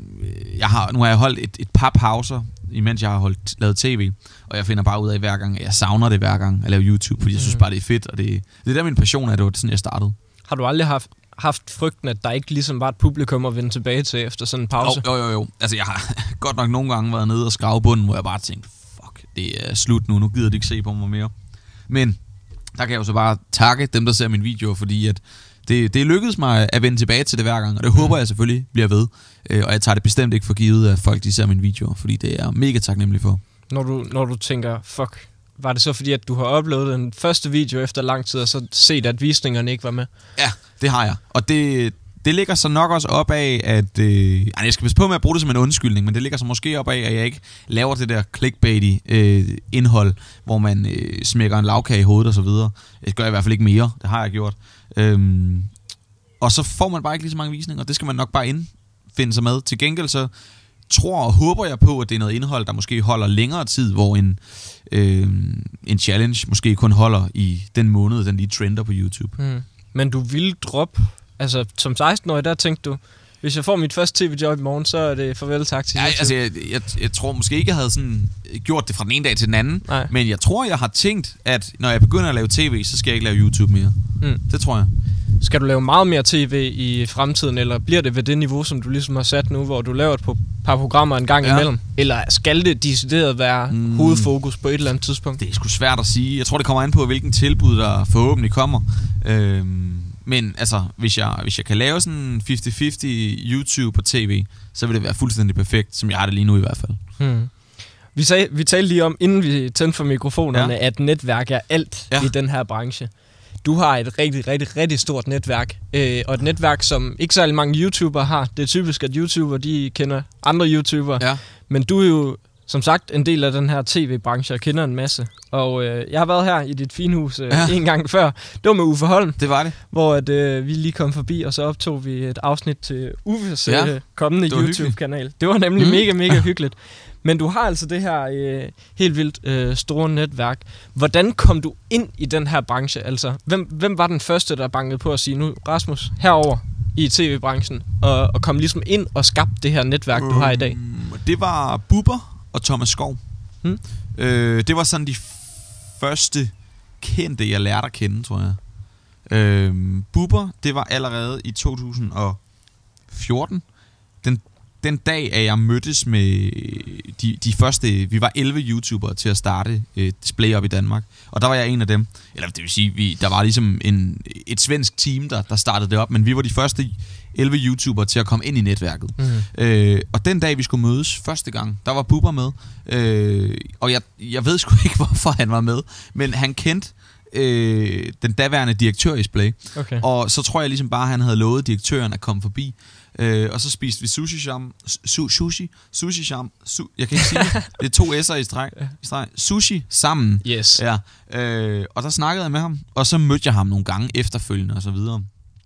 jeg har, nu har jeg holdt et, et par pauser, imens jeg har holdt, lavet tv, og jeg finder bare ud af hver gang, at jeg savner det hver gang at lave YouTube, fordi jeg synes bare, det er fedt, og det, det er der min passion er, det var sådan, jeg startede. Har du aldrig haft haft frygten, at der ikke ligesom var et publikum at vende tilbage til efter sådan en pause? Jo, jo, jo. Altså, jeg har godt nok nogle gange været nede og skrave bunden, hvor jeg bare tænkte, fuck, det er slut nu, nu gider de ikke se på mig mere. Men der kan jeg jo så bare takke dem, der ser mine videoer, fordi at det, det lykkedes mig at vende tilbage til det hver gang, og det håber jeg selvfølgelig bliver ved. Og jeg tager det bestemt ikke for givet, at folk de ser mine videoer, fordi det er jeg mega taknemmelig for. Når du, når du tænker, fuck, var det så fordi, at du har uploadet den første video efter lang tid, og så set, at visningerne ikke var med? Ja, det har jeg. Og det, det ligger så nok også op af, at... Øh, jeg skal passe på med at bruge det som en undskyldning, men det ligger så måske op af, at jeg ikke laver det der clickbaity øh, indhold, hvor man øh, smækker en lavkage i hovedet og så videre. Det gør jeg i hvert fald ikke mere. Det har jeg gjort. Øhm, og så får man bare ikke lige så mange visninger, og det skal man nok bare indfinde sig med. Til gengæld så tror og håber jeg på, at det er noget indhold, der måske holder længere tid, hvor en, øh, en challenge måske kun holder i den måned, den lige trender på YouTube. Mm. Men du ville droppe, altså som seksten-årig, der tænkte du, hvis jeg får mit første tv-job i morgen, så er det farvel tak til ja, YouTube. altså, jeg, jeg, jeg tror måske ikke, jeg havde sådan gjort det fra den ene dag til den anden. Nej. Men jeg tror, jeg har tænkt, at når jeg begynder at lave tv, så skal jeg ikke lave YouTube mere. Mm. Det tror jeg. Skal du lave meget mere tv i fremtiden, eller bliver det ved det niveau, som du ligesom har sat nu, hvor du laver et par programmer en gang ja. imellem? Eller skal det decideret være mm. hovedfokus på et eller andet tidspunkt? Det er sgu svært at sige. Jeg tror, det kommer an på, hvilken tilbud, der forhåbentlig kommer. Øhm, men altså, hvis jeg, hvis jeg kan lave sådan halvtreds halvtreds YouTube og tv, så vil det være fuldstændig perfekt, som jeg har det lige nu i hvert fald. Hmm. Vi, sag, vi talte lige om, inden vi tændte for mikrofonerne, ja. at netværk er alt ja. i den her branche. Du har et rigtig, rigtig, rigtig stort netværk, øh, og et netværk, som ikke særlig mange YouTubere har. Det er typisk, at YouTubere, de kender andre YouTubere, ja. men du er jo, som sagt, en del af den her tv-branche og kender en masse. Og øh, jeg har været her i dit finhus øh, ja. en gang før. Det var med Uffe Holm. Det var det. Hvor at, øh, vi lige kom forbi, og så optog vi et afsnit til Uffes ja. øh, kommende YouTube-kanal. Hyggeligt. Det var nemlig mm. mega, mega hyggeligt. Men du har altså det her øh, helt vildt øh, store netværk. Hvordan kom du ind i den her branche? Altså, hvem, hvem var den første, der bankede på at sige, nu Rasmus, herover i tv-branchen, og, og kom ligesom ind og skabte det her netværk, um, du har i dag? Det var Bubber og Thomas Skov. Hmm? Øh, det var sådan de første kendte, jeg lærte at kende, tror jeg. Øh, Bubber, det var allerede i to tusind og fjorten. Den Den dag, at jeg mødtes med de, de første, vi var elleve YouTubere til at starte et display op i Danmark, og der var jeg en af dem. Eller det vil sige, vi, der var ligesom en, et svensk team, der, der startede det op, men vi var de første elleve YouTubere til at komme ind i netværket. Mm. Øh, og den dag, vi skulle mødes første gang, der var Bubber med, øh, og jeg, jeg ved sgu ikke, hvorfor han var med, men han kendte øh, den daværende direktør i Display, okay. Og så tror jeg ligesom bare, at han havde lovet direktøren at komme forbi. Øh, og så spiste vi sushi sham, su, sushi, sushi sham, su, jeg kan ikke sige det. Det er to s'er i streg, i streg. Sushi sammen. Yes. Ja. Øh, og der snakkede jeg med ham, og så mødte jeg ham nogle gange efterfølgende og så videre.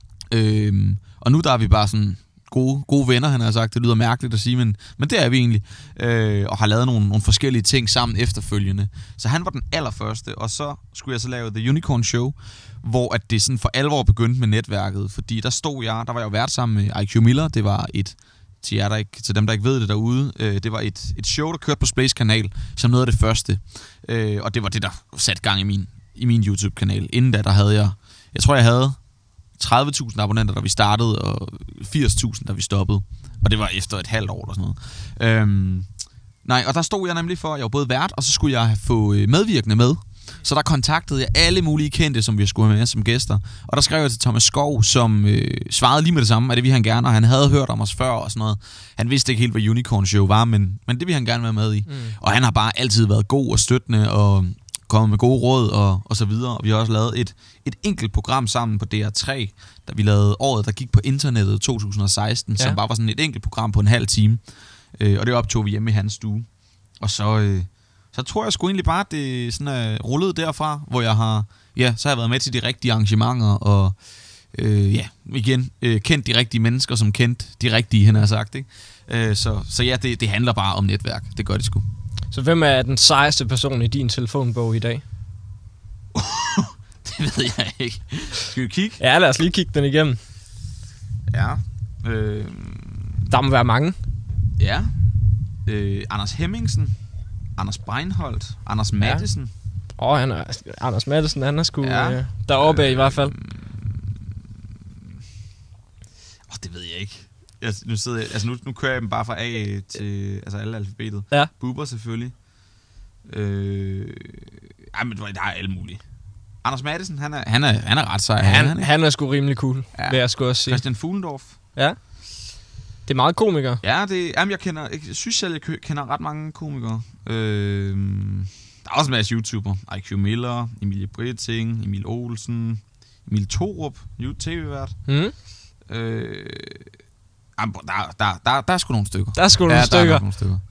Øh, og nu der er vi bare sådan gode, gode venner, han har sagt. Det lyder mærkeligt at sige, men, men det er vi egentlig. Øh, og har lavet nogle, nogle forskellige ting sammen efterfølgende. Så han var den allerførste, og så skulle jeg så lave The Unicorn Show, hvor at det sådan for alvor begyndte med netværket, fordi der stod jeg, der var jeg jo vært sammen med I Q Miller, det var et, til, jer, der ikke, til dem, der ikke ved det derude, øh, det var et, et show, der kørte på Splays kanal, som noget af det første, øh, og det var det, der satte gang i min, i min YouTube-kanal. Inden da, der havde jeg, jeg tror, jeg havde tredive tusind abonnenter, da vi startede, og firs tusind, da vi stoppede, og det var efter et halvt år eller sådan noget. Øhm, nej, og der stod jeg nemlig for, jeg var både vært, og så skulle jeg få medvirkende med. Så der kontaktede jeg alle mulige kendte, som vi skulle have med som gæster. Og der skrev jeg til Thomas Skov, som øh, svarede lige med det samme, at det ville han gerne, og han havde hørt om os før og sådan noget. Han vidste ikke helt, hvad Unicorn Show var, men, men det ville han gerne være med i. Mm. Og han har bare altid været god og støttende, og kommet med gode råd og, og så videre. Og vi har også lavet et, et enkelt program sammen på D R tre, da vi lavede året, der gik på internettet to tusind og seksten, ja. Som bare var sådan et enkelt program på en halv time. Øh, og det optog vi hjemme i hans stue. Og så... Øh, Så tror jeg sgu egentlig bare, at det sådan er rullet derfra, hvor jeg har, ja, så har jeg været med til de rigtige arrangementer, og øh, ja, igen, øh, kendt de rigtige mennesker, som kendt de rigtige, han har sagt, ikke? Øh, så, så ja, det, det handler bare om netværk, det gør det sgu. Så hvem er den sejeste person i din telefonbog i dag? Det ved jeg ikke. Skal vi kigge? Ja, lad os lige kigge den igennem. Ja. Øh, Der må være mange. Ja. Øh, Anders Hemmingsen. Anders Breinholt, Anders Mattesen. Åh, ja. oh, han er Anders Mattesen, han er sgu ja. øh, deroppe øh, i hvert fald. Åh, oh, det ved jeg ikke. Jeg, nu sidder jeg, altså nu, nu kører jeg dem bare fra A til altså alle alfabetet. Ja. Bubber selvfølgelig. Øh, ej, men der er alle mulige. Anders Mattesen, han er han er han er ret sej. Han, han, han er sgu rimelig cool, ja. Vil jeg sgu også sige. Christian Fuglendorf. Ja. Det er meget komikere. Ja, det, jamen jeg kender, jeg synes selv, jeg kender ret mange komikere. Øh, der er også en masse YouTuber. I Q Miller, Emilie Britting, Emil Olsen, Emil Thorup, tv-vært. Mm. Øh, der, der, der, der er sgu nogle stykker. Der er sgu nogle, ja, stykker. Der er nogle stykker. Ja,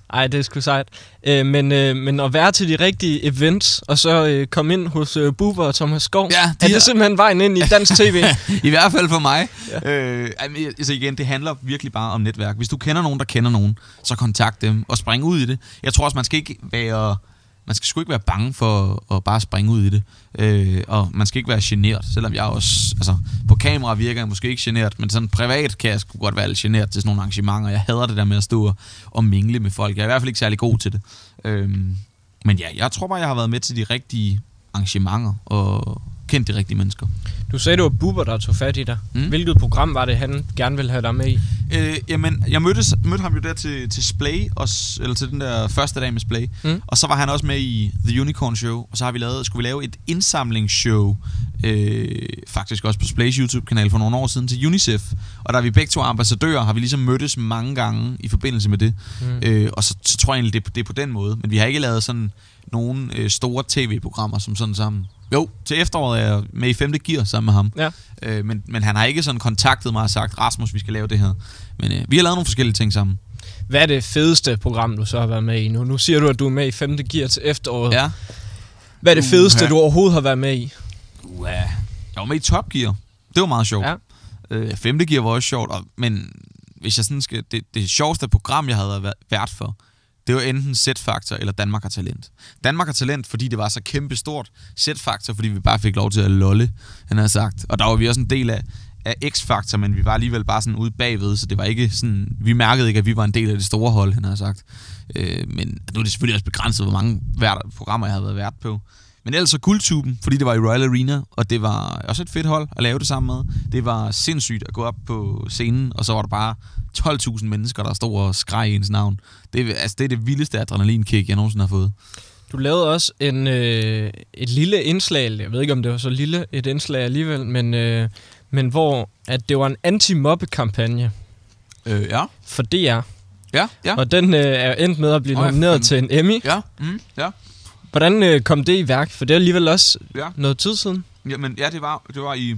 Ej, det er sgu sejt. Øh, men, øh, men at være til de rigtige events, og så øh, komme ind hos øh, Bubber og Thomas Skov, ja, de er det er... simpelthen vejen ind i dansk tv? I hvert fald for mig. Ja. Øh, altså igen, det handler virkelig bare om netværk. Hvis du kender nogen, der kender nogen, så kontakt dem og spring ud i det. Jeg tror også, man skal ikke være... Man skal sgu ikke være bange for at bare springe ud i det. Øh, og man skal ikke være genert, selvom jeg også... Altså, på kamera virker jeg måske ikke genert, men sådan privat kan jeg sgu godt være lidt genert til sådan nogle arrangementer. Jeg hader det der med at stå og mingle med folk. Jeg er i hvert fald ikke særlig god til det. Øh, men ja, jeg tror bare, jeg har været med til de rigtige arrangementer og kendt de rigtige mennesker. Du sagde, det var Bubber, der tog fat i dig. Mm. Hvilket program var det, han gerne ville have dig med i? Øh, jamen, jeg mødtes, mødte ham jo der til, til Splay, og, eller til den der første dag med Splay. Mm. Og så var han også med i The Unicorn Show, og så har vi lavet, skulle vi lave et indsamlingsshow, øh, faktisk også på Splays YouTube-kanal for nogle år siden, til UNICEF. Og der er vi begge to ambassadører, har vi ligesom mødtes mange gange i forbindelse med det. Mm. Øh, og så, så tror jeg egentlig, det, det er på den måde. Men vi har ikke lavet sådan nogle øh, store tv-programmer som sådan sammen. Jo, til efteråret er jeg med i femte gear sammen med ham. Ja. Øh, men, men han har ikke sådan kontaktet mig og sagt, Rasmus, vi skal lave det her. Men øh, vi har lavet nogle forskellige ting sammen. Hvad er det fedeste program, du så har været med i nu? Nu siger du, at du er med i femte gear til efteråret. Ja. Hvad er det fedeste, uh, du overhovedet har været med i? Uh, jeg var med i Top Gear. Det var meget sjovt. Ja. Øh, femte gear var også sjovt, og, men hvis jeg sådan skal, det, det sjoveste program, jeg havde været vært for, det var enten Z-Factor eller Danmark har Talent. Danmark har Talent, fordi det var så kæmpe stort. Z-Factor, fordi vi bare fik lov til at lolle, han har sagt. Og der var vi også en del af, af X-Factor, men vi var alligevel bare sådan ude bagved, så det var ikke sådan... Vi mærkede ikke, at vi var en del af det store hold, han har sagt. Øh, men nu er det selvfølgelig også begrænset, hvor mange vært, programmer jeg havde været vært på. Men ellers så Guldtuben, fordi det var i Royal Arena, og det var også et fedt hold at lave det sammen med. Det var sindssygt at gå op på scenen, og så var der bare tolv tusind mennesker, der stod og skreg i ens navn. Det, altså, det er det vildeste adrenalinkick, jeg nogensinde har fået. Du lavede også en, øh, et lille indslag, jeg ved ikke, om det var så lille et indslag alligevel, men, øh, men hvor at det var en anti-mobbe-kampagne øh, ja. for D R. Ja, ja. Og den øh, er endt med at blive oh, nomineret ja. til en Emmy. Ja, mm, ja. Hvordan øh, kom det i værk? For det er alligevel også ja. noget tid siden. Jamen, ja, det var, det var i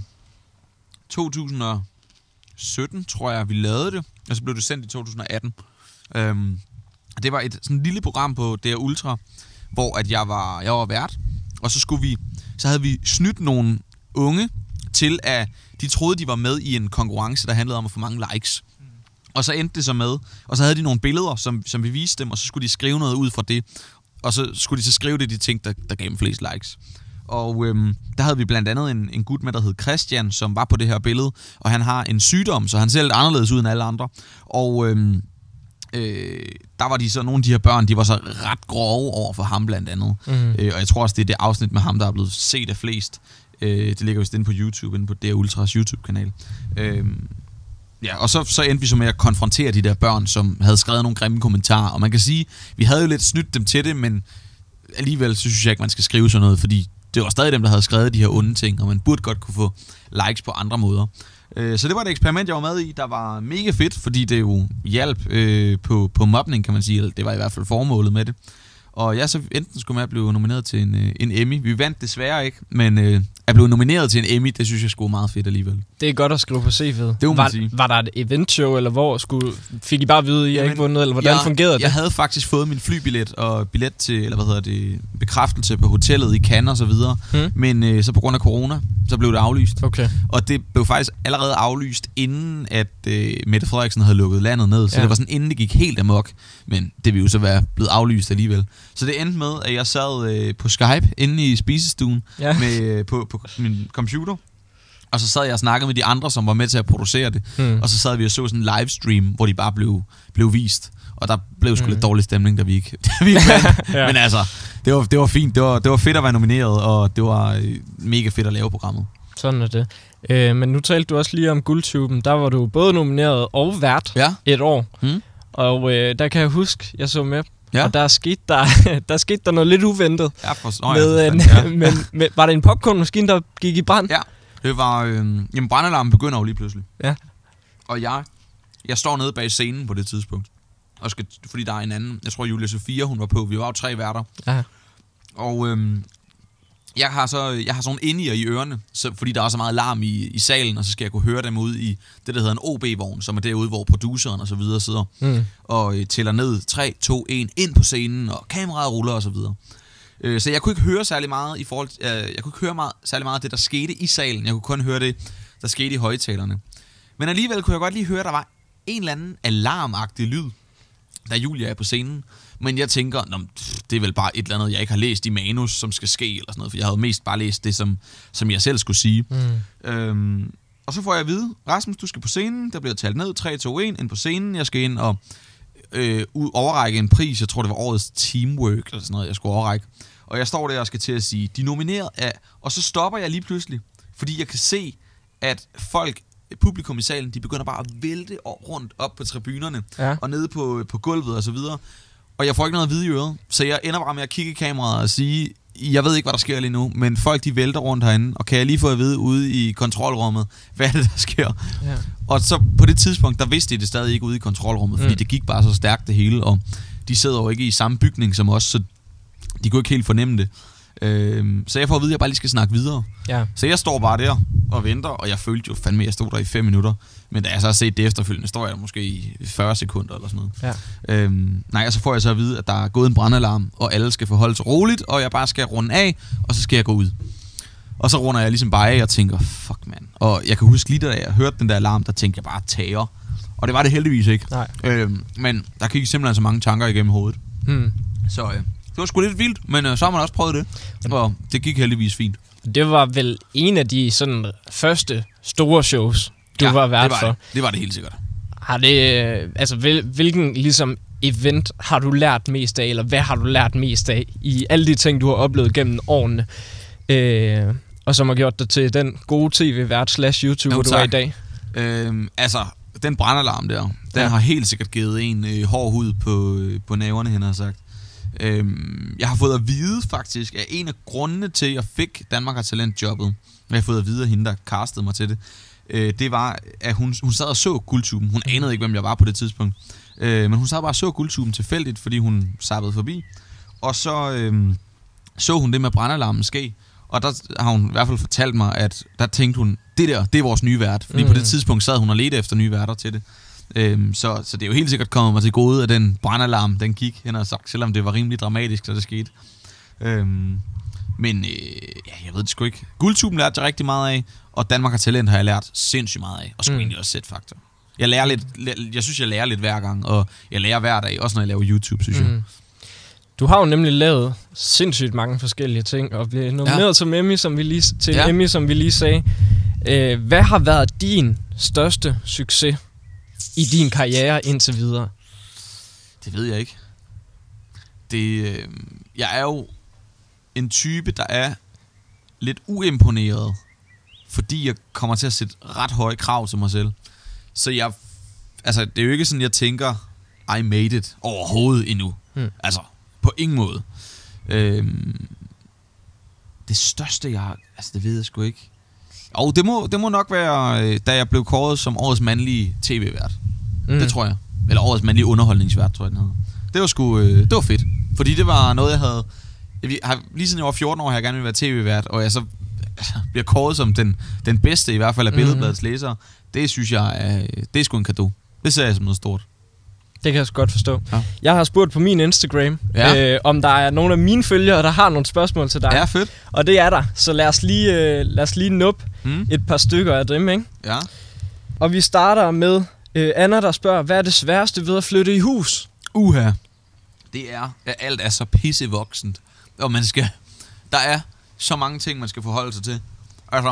to tusind og sytten, tror jeg, vi lavede det. Og så blev det sendt i to tusind og atten. Øhm, det var et sådan lille program på D R Ultra, hvor at jeg var, jeg var vært. Og så skulle vi, så havde vi snydt nogle unge til, at de troede, de var med i en konkurrence, der handlede om at få mange likes. Mm. Og så endte det så med, og så havde de nogle billeder, som, som vi viste dem, og så skulle de skrive noget ud fra det. Og så skulle de så skrive det, de tænkte, der, der gav dem flest likes. Og øhm, der havde vi blandt andet en, en gut med, der hed Christian, som var på det her billede. Og han har en sygdom, så han ser lidt anderledes ud end alle andre. Og øhm, øh, der var de så, nogle af de her børn, de var så ret grove over for ham blandt andet. Mm. Øh, og jeg tror også, det er det afsnit med ham, der er blevet set af flest. Øh, det ligger vist inde på YouTube, inde på D R Ultras YouTube-kanal. Øh, Ja, og så, så endte vi så med at konfrontere de der børn, som havde skrevet nogle grimme kommentarer. Og man kan sige, vi havde jo lidt snydt dem til det, men alligevel så synes jeg ikke, man skal skrive sådan noget, fordi det var stadig dem, der havde skrevet de her onde ting, og man burde godt kunne få likes på andre måder. Så det var et eksperiment, jeg var med i, der var mega fedt, fordi det jo hjalp øh, på, på mobning, kan man sige. Eller det var i hvert fald formålet med det. Og jeg så enten skulle med at blive nomineret til en, en Emmy. Vi vandt desværre ikke, men øh, at blive nomineret til en Emmy, det synes jeg skulle meget fedt alligevel. Det er godt at skrive på C V'et. Det må man var, sige. Var der et eventshow, eller hvor skulle, fik I bare at vide, at I Jamen, ikke vundet, eller hvordan jeg, fungerede det? Jeg havde faktisk fået min flybillet og billet til, eller hvad hedder det, bekræftelse på hotellet i Cannes og så videre. Hmm. Men øh, så på grund af corona, så blev det aflyst. Okay. Og det blev faktisk allerede aflyst, inden at øh, Mette Frederiksen havde lukket landet ned. Så ja. Det var sådan, inden det gik helt amok. Men det ville jo så være blevet aflyst alligevel. Så det endte med, at jeg sad øh, på Skype inde i spisestuen ja. med, øh, på, på min computer. Og så sad jeg og snakkede med de andre, som var med til at producere det. Hmm. Og så sad vi og så sådan en livestream, hvor de bare blev, blev vist. Og der blev sgu hmm. lidt dårlig stemning, da vi ikke, da vi ikke ja. Men altså, det var, det var fint. Det var, det var fedt at være nomineret, og det var øh, mega fedt at lave programmet. Sådan er det. Øh, men nu talte du også lige om Guldtuben. Der var du både nomineret og vært ja. et år. Hmm. Og øh, der kan jeg huske, jeg så med. Ja. Og der skete der, der skete der noget lidt uventet. Ja, for, oh, med ja, en, ja. men, med, var det en popcornmaskine, der gik i brand? Ja, det var... Øh, jamen, brandalarmen begynder jo lige pludselig. Ja. Og jeg, jeg står nede bag scenen på det tidspunkt. Og skal, fordi der er en anden... Jeg tror, Julia Sofia, hun var på. Vi var jo tre værter. Ja. Og øh, Jeg har så jeg har sådan inde i ørerne, så, fordi der er så meget larm i, i salen, og så skal jeg kunne høre dem ude i det, der hedder en O B-vogn, som er derude, hvor produceren og så videre sidder mm. og øh, tæller ned tre, to, et ind på scenen, og kameraet ruller og så videre. Øh, så jeg kunne ikke høre særlig meget i forhold til, øh, jeg kunne ikke høre meget, særlig meget af det, der skete i salen. Jeg kunne kun høre det, der skete i højtalerne. Men alligevel kunne jeg godt lige høre, at der var en eller anden alarmagtig lyd, da Julia er på scenen. Men jeg tænker, Nå, det er vel bare et eller andet, jeg ikke har læst i manus, som skal ske, eller sådan noget. For jeg havde mest bare læst det, som, som jeg selv skulle sige. Mm. Øhm, og så får jeg at vide, Rasmus, du skal på scenen. Der bliver talt ned, tre, to, et, ind på scenen. Jeg skal ind og øh, overrække en pris. Jeg tror, det var årets teamwork, eller sådan noget, jeg skulle overrække. Og jeg står der og skal til at sige, de er nomineret af... Og så stopper jeg lige pludselig, fordi jeg kan se, at folk... publikum i salen, de begynder bare at vælte rundt op på tribunerne, ja. Og nede på, på gulvet og så videre. Og jeg får ikke noget at vide i øret, så jeg ender bare med at kigge i kameraet og sige, jeg ved ikke, hvad der sker lige nu, men folk de vælter rundt herinde, og kan jeg lige få at vide ude i kontrolrummet, hvad er det, der sker? Ja. Og så på det tidspunkt, der vidste de det stadig ikke ude i kontrolrummet, fordi mm. det gik bare så stærkt det hele, og de sidder jo ikke i samme bygning som os, så de kunne ikke helt fornemme det. Øhm, så jeg får at vide, at jeg bare lige skal snakke videre. Ja. Så jeg står bare der og venter, og jeg følte jo fandme, at jeg stod der i fem minutter. Men da jeg så har set det efterfølgende, står jeg der måske i fyrre sekunder eller sådan noget. Ja. Øhm, nej, og så får jeg så at vide, at der er gået en brandalarm, og alle skal forholde sig roligt, og jeg bare skal runde af, og så skal jeg gå ud. Og så runder jeg ligesom bare af og tænker, fuck mand. Og jeg kan huske lige, da jeg hørte den der alarm, der tænkte jeg bare tager. Og det var det heldigvis ikke. Øhm, men der gik simpelthen så mange tanker igennem hovedet. Hmm. Så... Øh, det var sgu lidt vildt, men øh, så har man også prøvet det. Og det gik heldigvis fint. Det var vel en af de sådan første store shows, du ja, var vært det var for. Det. det var det helt sikkert. Har det, øh, altså hvil, hvilken ligesom event har du lært mest af, eller hvad har du lært mest af i alle de ting, du har oplevet gennem årene, øh, og som har gjort dig til den gode tv-vært slash YouTuber, jo, du er i dag? Øh, altså, den brandalarm der, den ja. har helt sikkert givet en øh, hård hud på, øh, på næverne, hen har sagt. Øhm, jeg har fået at vide faktisk, at en af grundene til, at jeg fik Danmark har Talent-jobbet, jeg har fået at vide af hende, der castede mig til det, øh, det var, at hun, hun sad og så Guldtuben. Hun anede ikke, hvem jeg var på det tidspunkt. Øh, men hun sad bare og så Guldtuben tilfældigt, fordi hun zappede forbi. Og så øh, så hun det med brandalarmen ske. Og der har hun i hvert fald fortalt mig, at der tænkte hun, det der, det er vores nye vært. Fordi mm. på det tidspunkt sad hun og ledte efter nye værter til det. Øhm, så, så det er jo helt sikkert kommet mig til gode, at den brandalarm, den gik hen og sagt, selvom det var rimelig dramatisk, så det skete. Øhm, men øh, ja, jeg ved det sgu ikke. Guldtuben lærte jeg rigtig meget af, og Danmark har Talent har jeg lært sindssygt meget af, og sgu mm. egentlig også Z-Factor. Jeg lærer lidt, jeg synes, jeg lærer lidt hver gang, og jeg lærer hver dag, også når jeg laver YouTube, synes mm. jeg. Du har jo nemlig lavet sindssygt mange forskellige ting, og blev nomineret ja. til Emmy, som vi lige, til ja. Emmy, som vi lige sagde. Øh, hvad har været din største succes i din karriere indtil videre? Det ved jeg ikke. Det, øh, jeg er jo en type, der er lidt uimponeret, fordi jeg kommer til at sætte ret høje krav til mig selv. Så jeg, altså, det er jo ikke sådan, jeg tænker, I made it overhovedet endnu. Hmm. Altså, på ingen måde. Øhm, det største, jeg har, altså, det ved jeg sgu ikke. Og det må, det må nok være, da jeg blev kåret som årets mandlige tv-vært. Mm. Det tror jeg. Eller årets mandlige underholdningsvært, tror jeg, den hedder. Det var sgu, øh, det var fedt. Fordi det var noget, jeg havde... Jeg har, lige siden jeg var fjorten år, har jeg gerne ville være tv-vært, og jeg så altså, bliver kåret som den, den bedste, i hvert fald af Billedbladets mm. læsere. Det synes jeg, er, det er sgu en cadeau. Det ser jeg som noget stort. Det kan jeg så godt forstå. Ja. Jeg har spurgt på min Instagram, ja. øh, om der er nogle af mine følgere, der har nogle spørgsmål til dig. Ja, fedt. Og det er der. Så lad os lige, øh, lad os lige nuppe mm. et par stykker af dem, ikke? Ja. Og vi starter med øh, Anna, der spørger, hvad er det sværeste ved at flytte i hus? Uha. Det er, at alt er så pissevoksent. Og man skal... Der er så mange ting, man skal forholde sig til. Altså,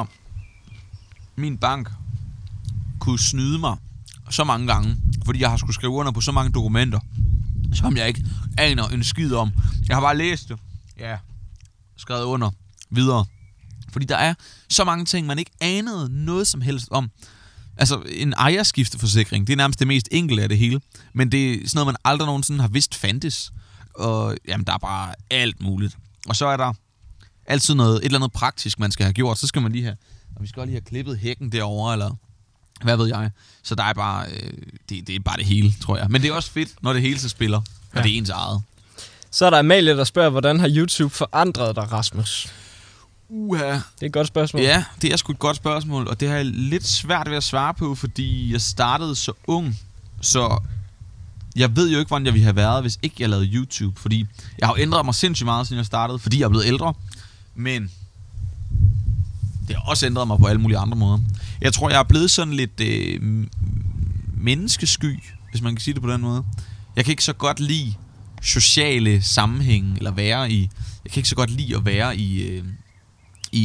min bank kunne snyde mig så mange gange, fordi jeg har skulle skrive under på så mange dokumenter, som jeg ikke aner en skid om. Jeg har bare læst det. Ja. Skrevet under. Videre. Fordi der er så mange ting, man ikke anede noget som helst om. Altså, en ejerskifteforsikring, det er nærmest det mest enkle af det hele. Men det er sådan noget, man aldrig nogensinde har vidst fandtes. Og jamen, der er bare alt muligt. Og så er der altid noget, et eller andet praktisk, man skal have gjort. Så skal man lige have, og vi skal også lige have klippet hækken derovre, eller hvad ved jeg. Så der er bare, øh, det, det er bare det hele, tror jeg. Men det er også fedt, når det hele så spiller, og ja. det er ens eget. Så er der Amalie, der spørger, hvordan har YouTube forandret dig, Rasmus? Uha. Det er et godt spørgsmål. Ja, det er sgu et godt spørgsmål, og det har jeg lidt svært ved at svare på, fordi jeg startede så ung, så jeg ved jo ikke, hvordan jeg ville have været, hvis ikke jeg lavede YouTube, fordi jeg har jo ændret mig sindssygt meget, siden jeg startede, fordi jeg er blevet ældre, men det har også ændret mig på alle mulige andre måder. Jeg tror, jeg er blevet sådan lidt øh, menneskesky, hvis man kan sige det på den måde. Jeg kan ikke så godt lide sociale sammenhænge, eller være i... Jeg kan ikke så godt lide at være i... Øh, I,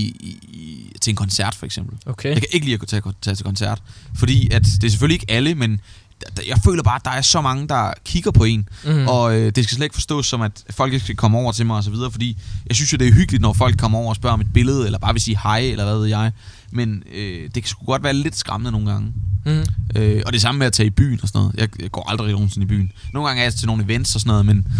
i, til en koncert for eksempel. Okay. Jeg kan ikke lide at tage, tage til koncert, fordi at det er selvfølgelig ikke alle, men jeg føler bare, at der er så mange, der kigger på en, mm. og øh, det skal slet ikke forstås som, at folk ikke skal komme over til mig og så videre, fordi jeg synes jo, det er hyggeligt, når folk kommer over og spørger om et billede, eller bare vil sige hej, eller hvad ved jeg, men øh, det kan sgu godt være lidt skræmmende nogle gange. Mm. Øh, og det samme med at tage i byen og sådan noget. Jeg, jeg går aldrig nogensinde i byen. Nogle gange er jeg til nogle events og sådan noget, men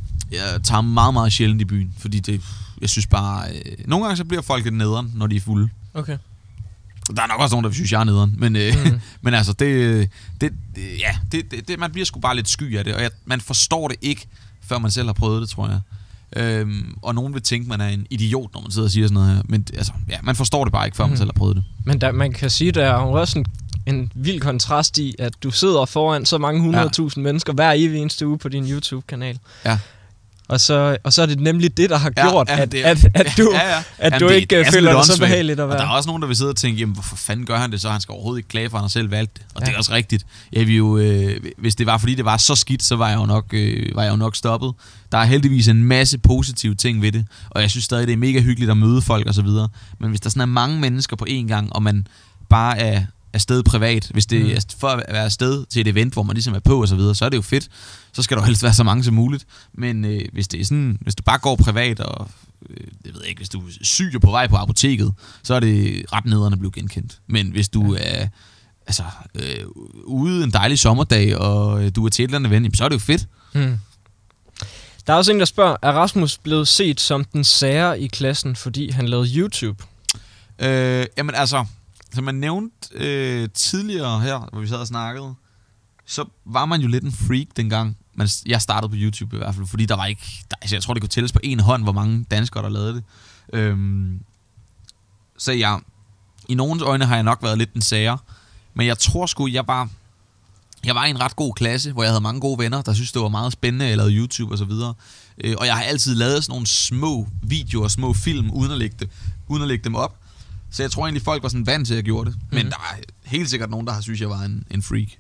jeg tager meget, meget sjældent i byen, fordi det, jeg synes bare... Øh, nogle gange så bliver folk lidt nederen, når de er fulde. Okay. Der er nok også nogen, der synes, jeg er nederen, men, øh, mm. men altså, det, det, det, ja, det, det, det, man bliver sgu bare lidt sky af det, og jeg, man forstår det ikke, før man selv har prøvet det, tror jeg. Øhm, og nogen vil tænke, man er en idiot, når man sidder og siger sådan noget her, men altså, ja, man forstår det bare ikke, før mm. man selv har prøvet det. Men der, man kan sige, der er jo også en, en vild kontrast i, at du sidder foran så mange hundredtusind ja. mennesker hver evig eneste uge på din YouTube-kanal. Ja. Og så, og så er det nemlig det, der har gjort, ja, ja, at, er, at, at du, ja, ja. at Jamen, du det, ikke det føler dig så behageligt at være. Og der er også nogen, der vil sidde og tænke, jamen hvorfor fanden gør han det så? Han skal overhovedet ikke klage for, han har selv valgt det. Og ja. det er også rigtigt. Jeg vil jo, øh, hvis det var, fordi det var så skidt, så var jeg jo nok, øh, var jeg jo nok stoppet. Der er heldigvis en masse positive ting ved det. Og jeg synes stadig, det er mega hyggeligt at møde folk og så videre. Men hvis der sådan er mange mennesker på én gang, og man bare er afsted privat, hvis det mm. er for at være afsted til et event, hvor man ligesom er på og så videre, så er det jo fedt. Så skal der helst være så mange som muligt. Men øh, hvis det er sådan, hvis du bare går privat og øh, jeg ved ikke, hvis du er syg og på vej på apoteket, så er det ret nederen at blive genkendt. Men hvis du ja. er altså øh, ude en dejlig sommerdag og øh, du er til et eller andet ven, så er det jo fedt. Mm. Der er også en, der spørger, er Rasmus blevet set som den sære i klassen, fordi han lavede YouTube? Øh, jamen altså, som man nævnte øh, tidligere her, hvor vi sad og snakkede, så var man jo lidt en freak dengang. Men jeg startede på YouTube i hvert fald, fordi der var ikke... Der, altså jeg tror, det kunne tælles på en hånd, hvor mange danskere, der lavede det. Øhm, så ja, i nogens øjne har jeg nok været lidt den sære. Men jeg tror sgu, jeg var... Jeg var i en ret god klasse, hvor jeg havde mange gode venner, der synes det var meget spændende, at jeg lavede YouTube og så videre. Øh, og jeg har altid lavet sådan nogle små videoer, små film, uden at lægge, det, uden at lægge dem op. Så jeg tror egentlig, folk var sådan vant til, at jeg gjorde det. Men mm. der er helt sikkert nogen, der har synes, jeg var en, en freak.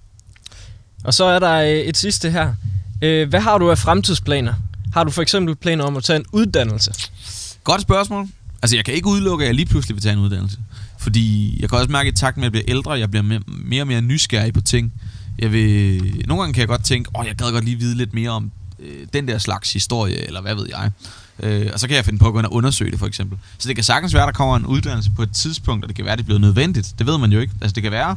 Og så er der et sidste her. Hvad har du af fremtidsplaner? Har du for eksempel planer om at tage en uddannelse? Godt spørgsmål. Altså, jeg kan ikke udelukke, at jeg lige pludselig vil tage en uddannelse. Fordi jeg kan også mærke, at i takt med, at jeg bliver ældre, jeg bliver mere, mere og mere nysgerrig på ting. Jeg vil, nogle gange kan jeg godt tænke, åh, jeg gad godt lige vide lidt mere om øh, den der slags historie, eller hvad ved jeg. Øh, og så kan jeg finde på at gå ind og undersøge det, for eksempel. Så det kan sagtens være, at der kommer en uddannelse på et tidspunkt, og det kan være, at det bliver nødvendigt. Det ved man jo ikke. Altså, det kan være...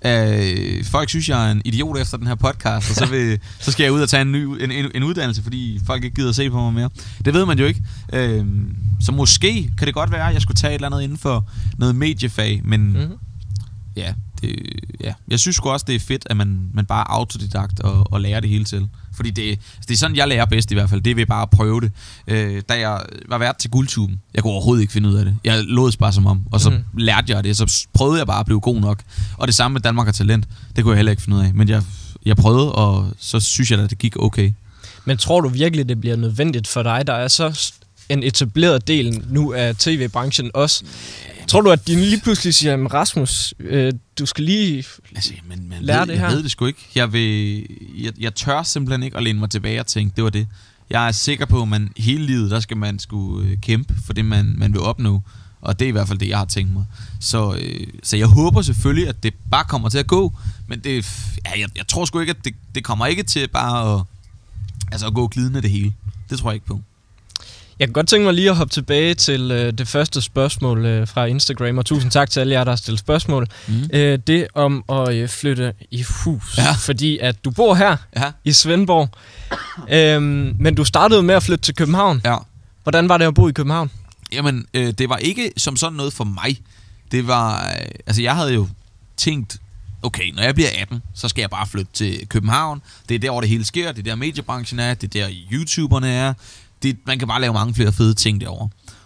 Øh, folk synes, jeg er en idiot efter den her podcast, og så, vil, så skal jeg ud og tage en, ny, en, en, en uddannelse, fordi folk ikke gider at se på mig mere. Det ved man jo ikke. Øh, så måske kan det godt være, at jeg skulle tage et eller andet inden for noget mediefag, men mm-hmm. ja, det, ja, jeg synes sgu også, det er fedt, at man, man bare er autodidakt og, og lærer det hele til. Fordi det, det er sådan, jeg lærer bedst i hvert fald. Det vil bare at prøve det. Øh, da jeg var vært til Guldtuben, jeg kunne overhovedet ikke finde ud af det. Jeg lod bare som om, og så mm. lærte jeg det. Så prøvede jeg bare at blive god nok. Og det samme med Danmark har Talent. Det kunne jeg heller ikke finde ud af. Men jeg, jeg prøvede, og så synes jeg, at det gik okay. Men tror du virkelig, det bliver nødvendigt for dig? Der er så en etableret del nu af tv-branchen også. Tror du, at de lige pludselig siger, Rasmus, øh, du skal lige altså, men, man lære ved, det her? Jeg ved det sgu ikke. Jeg, vil, jeg, jeg tør simpelthen ikke at læne mig tilbage og tænke, det var det. Jeg er sikker på, at man hele livet, der skal man skulle øh, kæmpe for det, man, man vil opnå. Og det er i hvert fald det, jeg har tænkt mig. Så, øh, så jeg håber selvfølgelig, at det bare kommer til at gå. Men det, ja, jeg, jeg tror sgu ikke, at det, det kommer ikke til bare at, altså at gå glidende det hele. Det tror jeg ikke på. Jeg kan godt tænke mig lige at hoppe tilbage til øh, det første spørgsmål øh, fra Instagram, og tusind tak til alle jer, der har stillet spørgsmål. Mm. Øh, det om at øh, flytte i hus, ja. Fordi at du bor her ja. i Svendborg, øh, men du startede med at flytte til København. Ja. Hvordan var det at bo i København? Jamen, øh, det var ikke som sådan noget for mig. Det var, øh, altså jeg havde jo tænkt, okay, når jeg bliver atten, så skal jeg bare flytte til København. Det er der, hvor det hele sker, det er der mediebranchen er, det er der YouTuberne er. Det, man kan bare lave mange flere fede ting derovre.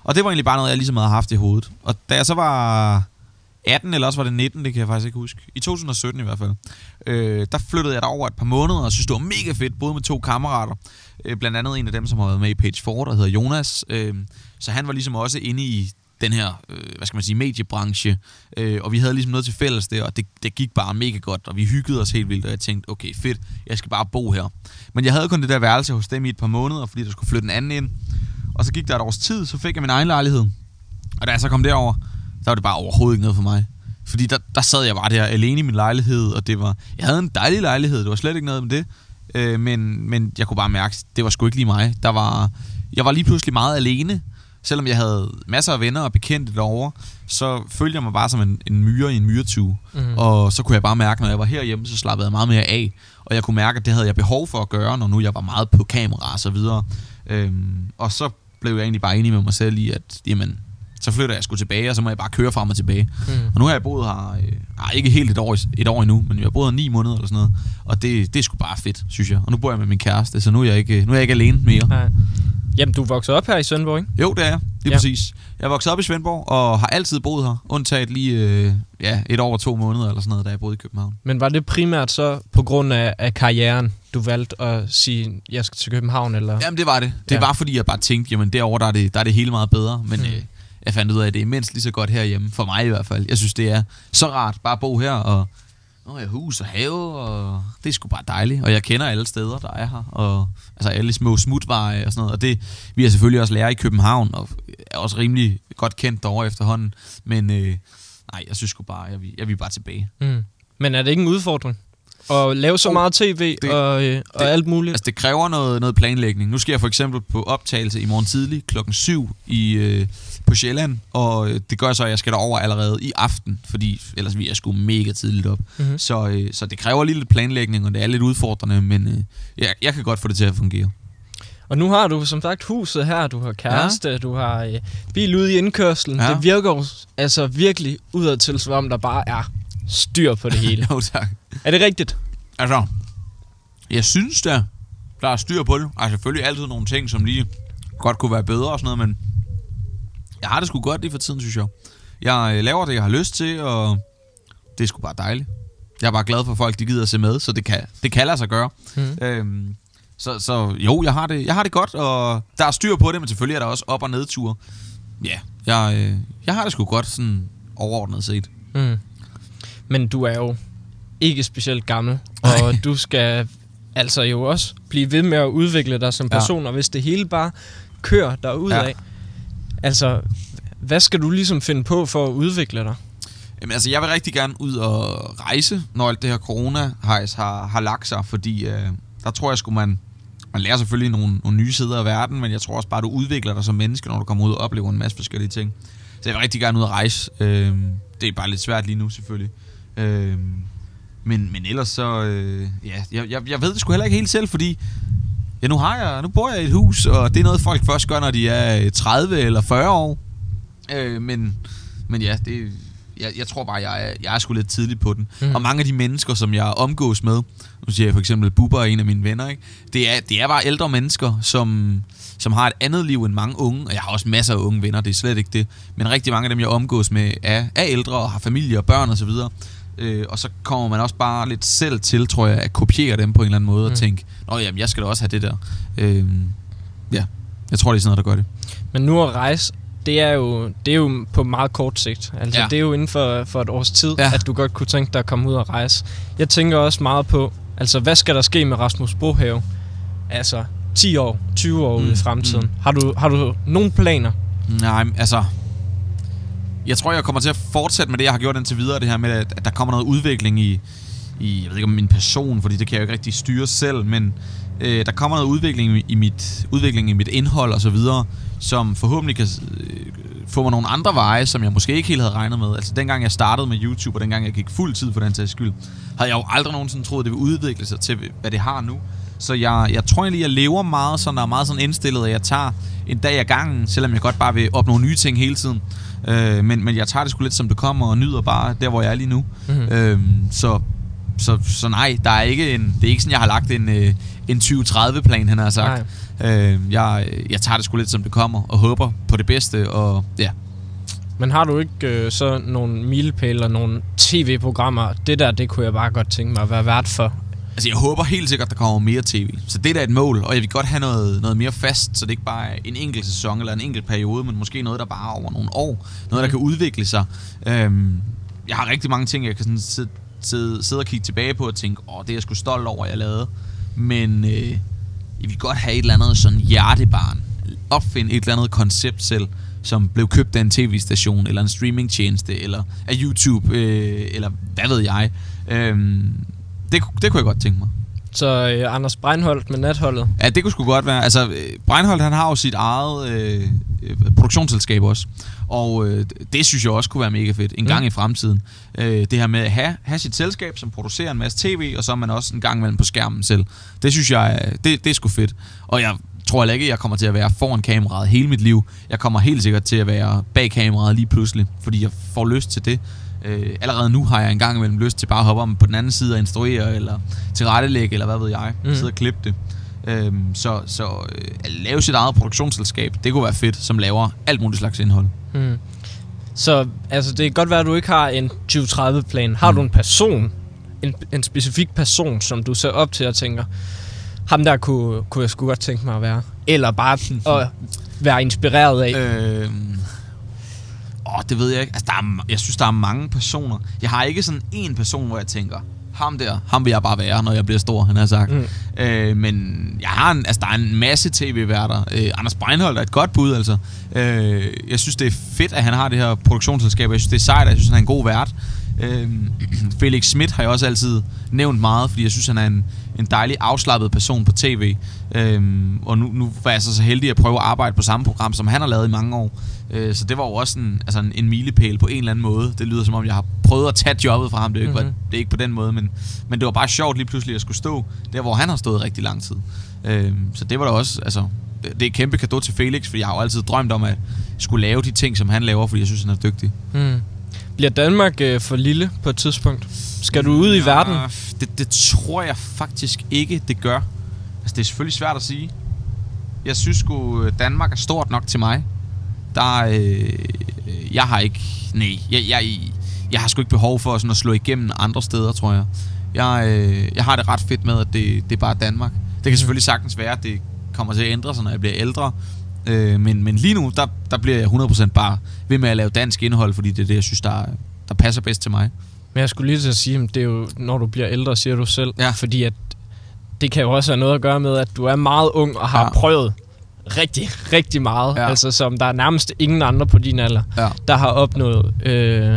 Og det var egentlig bare noget, jeg ligesom havde haft i hovedet. Og da jeg så var atten, eller også var det nitten, det kan jeg faktisk ikke huske. I to tusind og sytten i hvert fald. Øh, der flyttede jeg derover et par måneder, og synes, det var mega fedt, både med to kammerater. Øh, blandt andet en af dem, som har været med i Page four, der hedder Jonas. Øh, så han var ligesom også inde i den her, øh, hvad skal man sige, mediebranche. Øh, og vi havde ligesom noget til fælles der, og det, det gik bare mega godt, og vi hyggede os helt vildt, og jeg tænkte, okay, fedt, jeg skal bare bo her. Men jeg havde kun det der værelse hos dem i et par måneder, fordi der skulle flytte en anden ind. Og så gik der et års tid, så fik jeg min egen lejlighed. Og da jeg så kom derover, så var det bare overhovedet ikke noget for mig. Fordi der, der sad jeg bare der alene i min lejlighed, og det var, jeg havde en dejlig lejlighed, det var slet ikke noget med det. Øh, men, men jeg kunne bare mærke, det var sgu ikke lige mig. Der var, jeg var lige pludselig meget alene. Selvom jeg havde masser af venner og bekendte derovre, så følte jeg mig bare som en, en myre i en myretue. Mm. Og så kunne jeg bare mærke, når jeg var herhjemme, så slappede jeg meget mere af. Og jeg kunne mærke, at det havde jeg behov for at gøre, når nu jeg var meget på kamera og så videre. Øhm, og så blev jeg egentlig bare enig med mig selv i, at jamen, så flytter jeg sgu tilbage, og så må jeg bare køre frem og tilbage. Mm. Og nu har jeg boet her, øh, ikke helt et år, et år endnu, men jeg har boet her ni måneder eller sådan noget. Og det, det er sgu bare fedt, synes jeg. Og nu bor jeg med min kæreste, så nu er jeg ikke, nu er jeg ikke alene mere. Nej. Jamen, du er vokset op her i Svendborg, ikke? Jo, det er jeg. Lige ja. Præcis. Jeg er vokset op i Svendborg, og har altid boet her. Undtaget lige øh, ja, et år og to måneder eller sådan noget, da jeg boede i København. Men var det primært så på grund af, af karrieren, du valgte at sige, jeg skal til København, eller? Jamen, det var det. Det ja. var, fordi jeg bare tænkte, jamen derovre, der er det, der er det hele meget bedre. Men mm. øh, jeg fandt ud af, at det er mindst lige så godt herhjemme. For mig i hvert fald. Jeg synes, det er så rart bare at bo her, og nu har jeg hus og have, og det er sgu bare dejligt. Og jeg kender alle steder, der er her. Og altså alle små smutveje og sådan noget. Og det vi har selvfølgelig også lært i København, og er også rimelig godt kendt derovre efterhånden. Men øh, nej, jeg synes sgu bare, jeg vil, jeg vil bare tilbage. Mm. Men er det ikke en udfordring? At lave så meget tv det, og, øh, og det, alt muligt? Altså det kræver noget, noget planlægning. Nu skal jeg for eksempel på optagelse i morgen tidlig klokken syv i, øh, på Sjælland. Og det gør så, at jeg skal derover allerede i aften, fordi ellers vil jeg sgu mega tidligt op. Mm-hmm. Så, øh, så det kræver lige lidt planlægning, og det er lidt udfordrende, men øh, jeg, jeg kan godt få det til at fungere. Og nu har du som sagt huset her, du har kæreste, ja. du har øh, bil ude i indkørslen. Ja. Det virker jo altså virkelig udadtil, som om der bare er styr på det hele. Jo, tak. Er det rigtigt? Altså, jeg synes da, der er styr på det. Altså selvfølgelig altid nogle ting, som lige godt kunne være bedre og sådan noget, men jeg har det sgu godt lige for tiden, synes jeg. Jeg laver det, jeg har lyst til, og det er sgu bare dejligt. Jeg er bare glad for, at folk de gider at se med, så det kan, det kan lade sig gøre. Mm. Øhm, så, så jo, jeg har, det, jeg har det godt, og der er styr på det, men selvfølgelig er der også op- og nedture. Ja, jeg, øh, jeg har det sgu godt sådan overordnet set. Mm. Men du er jo ikke specielt gammel, og du skal altså jo også blive ved med at udvikle dig som person, ja. Og hvis det hele bare kører derudad, ja. Altså, hvad skal du ligesom finde på for at udvikle dig? Jamen altså, jeg vil rigtig gerne ud og rejse, når alt det her corona-hejs har, har lagt sig, fordi øh, der tror jeg sgu, man, man lærer selvfølgelig nogle, nogle nye sider af verden, men jeg tror også bare, at du udvikler dig som menneske, når du kommer ud og oplever en masse forskellige ting. Så jeg vil rigtig gerne ud og rejse. Øh, det er bare lidt svært lige nu, selvfølgelig. Øh, men, men ellers så, øh, ja, jeg, jeg, jeg ved det sgu heller ikke helt selv, fordi ja, nu har jeg, nu bor jeg i et hus, og det er noget, folk først gør, når de er tredive eller fyrre år. Øh, men, men ja, det, jeg, jeg tror bare, jeg er, jeg er sgu lidt tidligt på den. Mm. Og mange af de mennesker, som jeg omgås med, nu siger jeg for eksempel Bubber er en af mine venner, ikke? Det, er, det er bare ældre mennesker, som, som har et andet liv end mange unge, og jeg har også masser af unge venner, det er slet ikke det. Men rigtig mange af dem, jeg omgås med, er, er ældre og har familie og børn og så videre. Øh, og så kommer man også bare lidt selv til, tror jeg, at kopiere dem på en eller anden måde, mm. og tænke, nå jamen, jeg skal da også have det der. Øh, ja, jeg tror, det er sådan noget, der gør det. Men nu at rejse, det er jo, det er jo på meget kort sigt. Altså, ja. Det er jo inden for, for et års tid, ja. At du godt kunne tænke dig at komme ud og rejse. Jeg tænker også meget på, altså, hvad skal der ske med Rasmus Brohave? Altså, ti år, tyve år mm. ude i fremtiden. Mm. Har du, har du nogle planer? Nej, altså... Jeg tror, jeg kommer til at fortsætte med det, jeg har gjort indtil videre. Det her med, at der kommer noget udvikling i, i jeg ved ikke om min person, fordi det kan jeg jo ikke rigtig styre selv, men øh, der kommer noget udvikling i, i mit udvikling i mit indhold og så videre, som forhåbentlig kan øh, få mig nogle andre veje, som jeg måske ikke helt havde regnet med. Altså dengang jeg startede med YouTube, og dengang jeg gik fuld tid for den sags skyld, havde jeg jo aldrig nogensinde troet, at det ville udvikle sig til, hvad det har nu. Så jeg, jeg tror egentlig, jeg lever meget sådan, og er meget sådan indstillet, at jeg tager en dag ad gangen, selvom jeg godt bare vil opnå nye ting hele tiden. Øh, men, men jeg tager det sgu lidt, som det kommer, og nyder bare der, hvor jeg er lige nu. Mm-hmm. Øh, så så, så nej, der er ikke en, det er ikke sådan, jeg har lagt en, øh, en tyve tredive-plan, han har sagt. Øh, jeg, jeg tager det sgu lidt, som det kommer, og håber på det bedste, og ja. Men har du ikke øh, så nogle milepæle og nogle tv-programmer? Det der, det kunne jeg bare godt tænke mig at være vært for. Altså, jeg håber helt sikkert, der kommer mere tv. Så det er da et mål, og jeg vil godt have noget, noget mere fast, så det ikke bare er en enkelt sæson eller en enkelt periode, men måske noget, der bare er over nogle år. Noget, der kan udvikle sig. Øhm, jeg har rigtig mange ting, jeg kan sådan sidde, sidde, sidde og kigge tilbage på og tænke, åh, det er jeg sgu stolt over, jeg lavede. Men øh, jeg vil godt have et eller andet sådan hjertebarn. Opfinde et eller andet koncept selv, som blev købt af en tv-station, eller en streamingtjeneste, eller af YouTube, øh, eller hvad ved jeg. Øhm, det, det kunne jeg godt tænke mig. Så øh, Anders Breinholt med Natholdet? Ja, det kunne sgu godt være. Altså, Breinholt, han har jo sit eget øh, produktionsselskab også. Og øh, det synes jeg også kunne være mega fedt en gang mm. i fremtiden. Øh, det her med at have, have sit selskab, som producerer en masse tv, og så er man også en gang imellem på skærmen selv. Det synes jeg, det, det er sgu fedt. Og jeg tror heller ikke, jeg kommer til at være foran kameraet hele mit liv. Jeg kommer helt sikkert til at være bag kameraet lige pludselig, fordi jeg får lyst til det. Øh, allerede nu har jeg en gang imellem lyst til bare at hoppe om på den anden side og instruere, eller tilrettelægge, eller hvad ved jeg. Mm. Sidde og klippe det. Øh, så så øh, at lave sit eget produktionsselskab, det kunne være fedt, som laver alt muligt slags indhold. Mm. Så altså, det kan godt være, at du ikke har en tyve tredive-plan. Har mm. du en person, en, en specifik person, som du ser op til og tænker, ham der kunne, kunne jeg sgu godt tænke mig at være? Eller bare at være inspireret af? Øh, åh, det ved jeg ikke. Altså, der er, jeg synes, der er mange personer. Jeg har ikke sådan en person, hvor jeg tænker, ham der, ham vil jeg bare være, når jeg bliver stor, han har sagt. Mm. Øh, men jeg har en, altså, der er en masse tv-værter. Øh, Anders Breinholt er et godt bud, altså. Øh, jeg synes, det er fedt, at han har det her produktionsselskab. Jeg synes, det er sejt, jeg synes, han er en god vært. Øh, Felix Schmidt har jeg også altid nævnt meget, fordi jeg synes, han er en, en dejlig afslappet person på tv. Øh, og nu, nu var jeg så, så heldig at prøve at arbejde på samme program, som han har lavet i mange år. Øh, så det var jo også en, altså en, en milepæl på en eller anden måde. Det lyder som om, jeg har prøvet at tage jobbet fra ham. Det er, ikke, mm-hmm. det er ikke på den måde, men, men det var bare sjovt lige pludselig at skulle stå der, hvor han har stået rigtig lang tid. Øh, så det var da også, altså, det, det er et kæmpe cadeau til Felix, for jeg har jo altid drømt om at skulle lave de ting, som han laver, fordi jeg synes, han er dygtig. Mm. Bliver Danmark øh, for lille på et tidspunkt? Skal du ud i ja, verden? Det, det tror jeg faktisk ikke, det gør. Altså, det er selvfølgelig svært at sige. Jeg synes sgu, Danmark er stort nok til mig. Der øh, jeg har ikke, nej, jeg, jeg, jeg har sgu ikke behov for sådan at slå igennem andre steder, tror jeg. Jeg, øh, jeg har det ret fedt med, at det, det er bare Danmark. Det kan selvfølgelig sagtens være, at det kommer til at ændre sig, når jeg bliver ældre. Øh, men, men lige nu, der, der bliver jeg hundrede procent bare ved med at lave dansk indhold, fordi det er det, jeg synes, der, der passer bedst til mig. Men jeg skulle lige til at sige, at det er jo, når du bliver ældre, siger du selv. Ja. Fordi at det kan jo også have noget at gøre med, at du er meget ung og har ja. prøvet rigtig, rigtig meget. Ja. Altså som der er nærmest ingen andre på din alder, ja. der har opnået. Øh,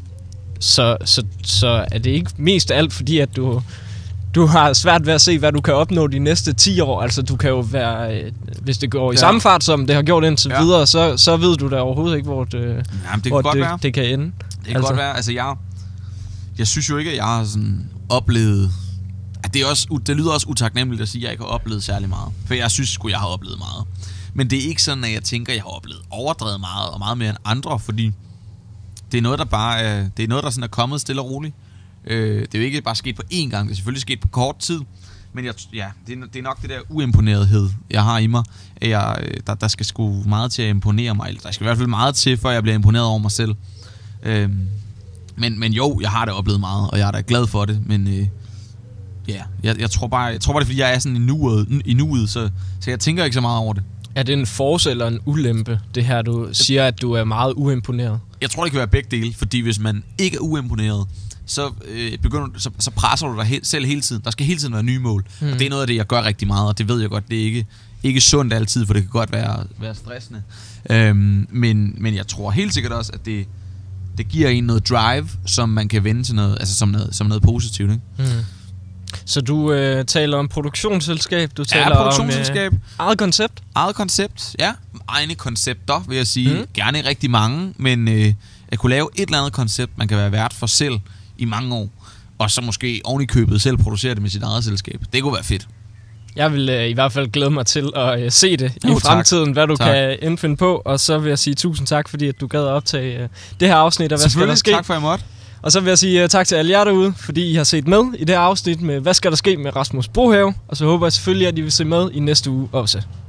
så, så, så er det ikke mest af alt, fordi at du... Du har svært ved at se, hvad du kan opnå de næste ti år. Altså, du kan jo være... Øh, hvis det går i ja. samme fart, som det har gjort indtil ja. videre, så, så ved du da overhovedet ikke, hvor det, Jamen, det, hvor kan det, det kan ende. Det kan altså. godt være. Altså, jeg, jeg synes jo ikke, at jeg har sådan oplevet... At det, er også, det lyder også utaknemmeligt at sige, at jeg ikke har oplevet særlig meget. For jeg synes sgu, jeg har oplevet meget. Men det er ikke sådan, at jeg tænker, at jeg har oplevet overdrevet meget, og meget mere end andre, fordi det er noget, der bare er, det er noget, der sådan er kommet stille og roligt. Øh, det er jo ikke bare sket på én gang, det er selvfølgelig sket på kort tid, men jeg, ja, det, er, det er nok det der uimponerethed, jeg har i mig. Jeg, der, der skal sgu meget til at imponere mig, der skal i hvert fald meget til, før jeg bliver imponeret over mig selv. Øh, men, men jo, jeg har da oplevet meget, og jeg er da glad for det, men øh, ja, jeg, jeg tror bare, jeg tror bare det er, fordi jeg er sådan i nuet, i nuet så, så jeg tænker ikke så meget over det. Er det en force eller en ulempe, det her du siger, at du er meget uimponeret? Jeg tror, det kan være begge dele, fordi hvis man ikke er uimponeret, så, øh, begynder, så, så presser du dig he- selv hele tiden. Der skal hele tiden være nye mål. Mm. Og det er noget af det, jeg gør rigtig meget, og det ved jeg godt, det er ikke, ikke sundt altid, for det kan godt være, være stressende. Øhm, men, men jeg tror helt sikkert også, at det, det giver en noget drive, som man kan vende til noget, altså som noget, som noget positivt. Ikke? Mm. Så du øh, taler om produktionsselskab, du taler ja, produktionsselskab. om øh, eget koncept? Eget koncept, ja. Egne koncepter, vil jeg sige. Mm. Gerne rigtig mange, men øh, at kunne lave et eller andet koncept, man kan være vært for selv i mange år, og så måske oven i købet selv producere det med sit eget selskab. Det kunne være fedt. Jeg vil øh, i hvert fald glæde mig til at øh, se det jo, i fremtiden, tak. hvad du tak. kan indfinde på, og så vil jeg sige tusind tak, fordi at du gad at optage øh, det her afsnit af Hvad skal der ske? Tak for, at jeg måtte. Og så vil jeg sige uh, tak til alle jer derude, fordi I har set med i det her afsnit med Hvad skal der ske med Rasmus Brohave? Og så håber jeg selvfølgelig, at I vil se med i næste uge også.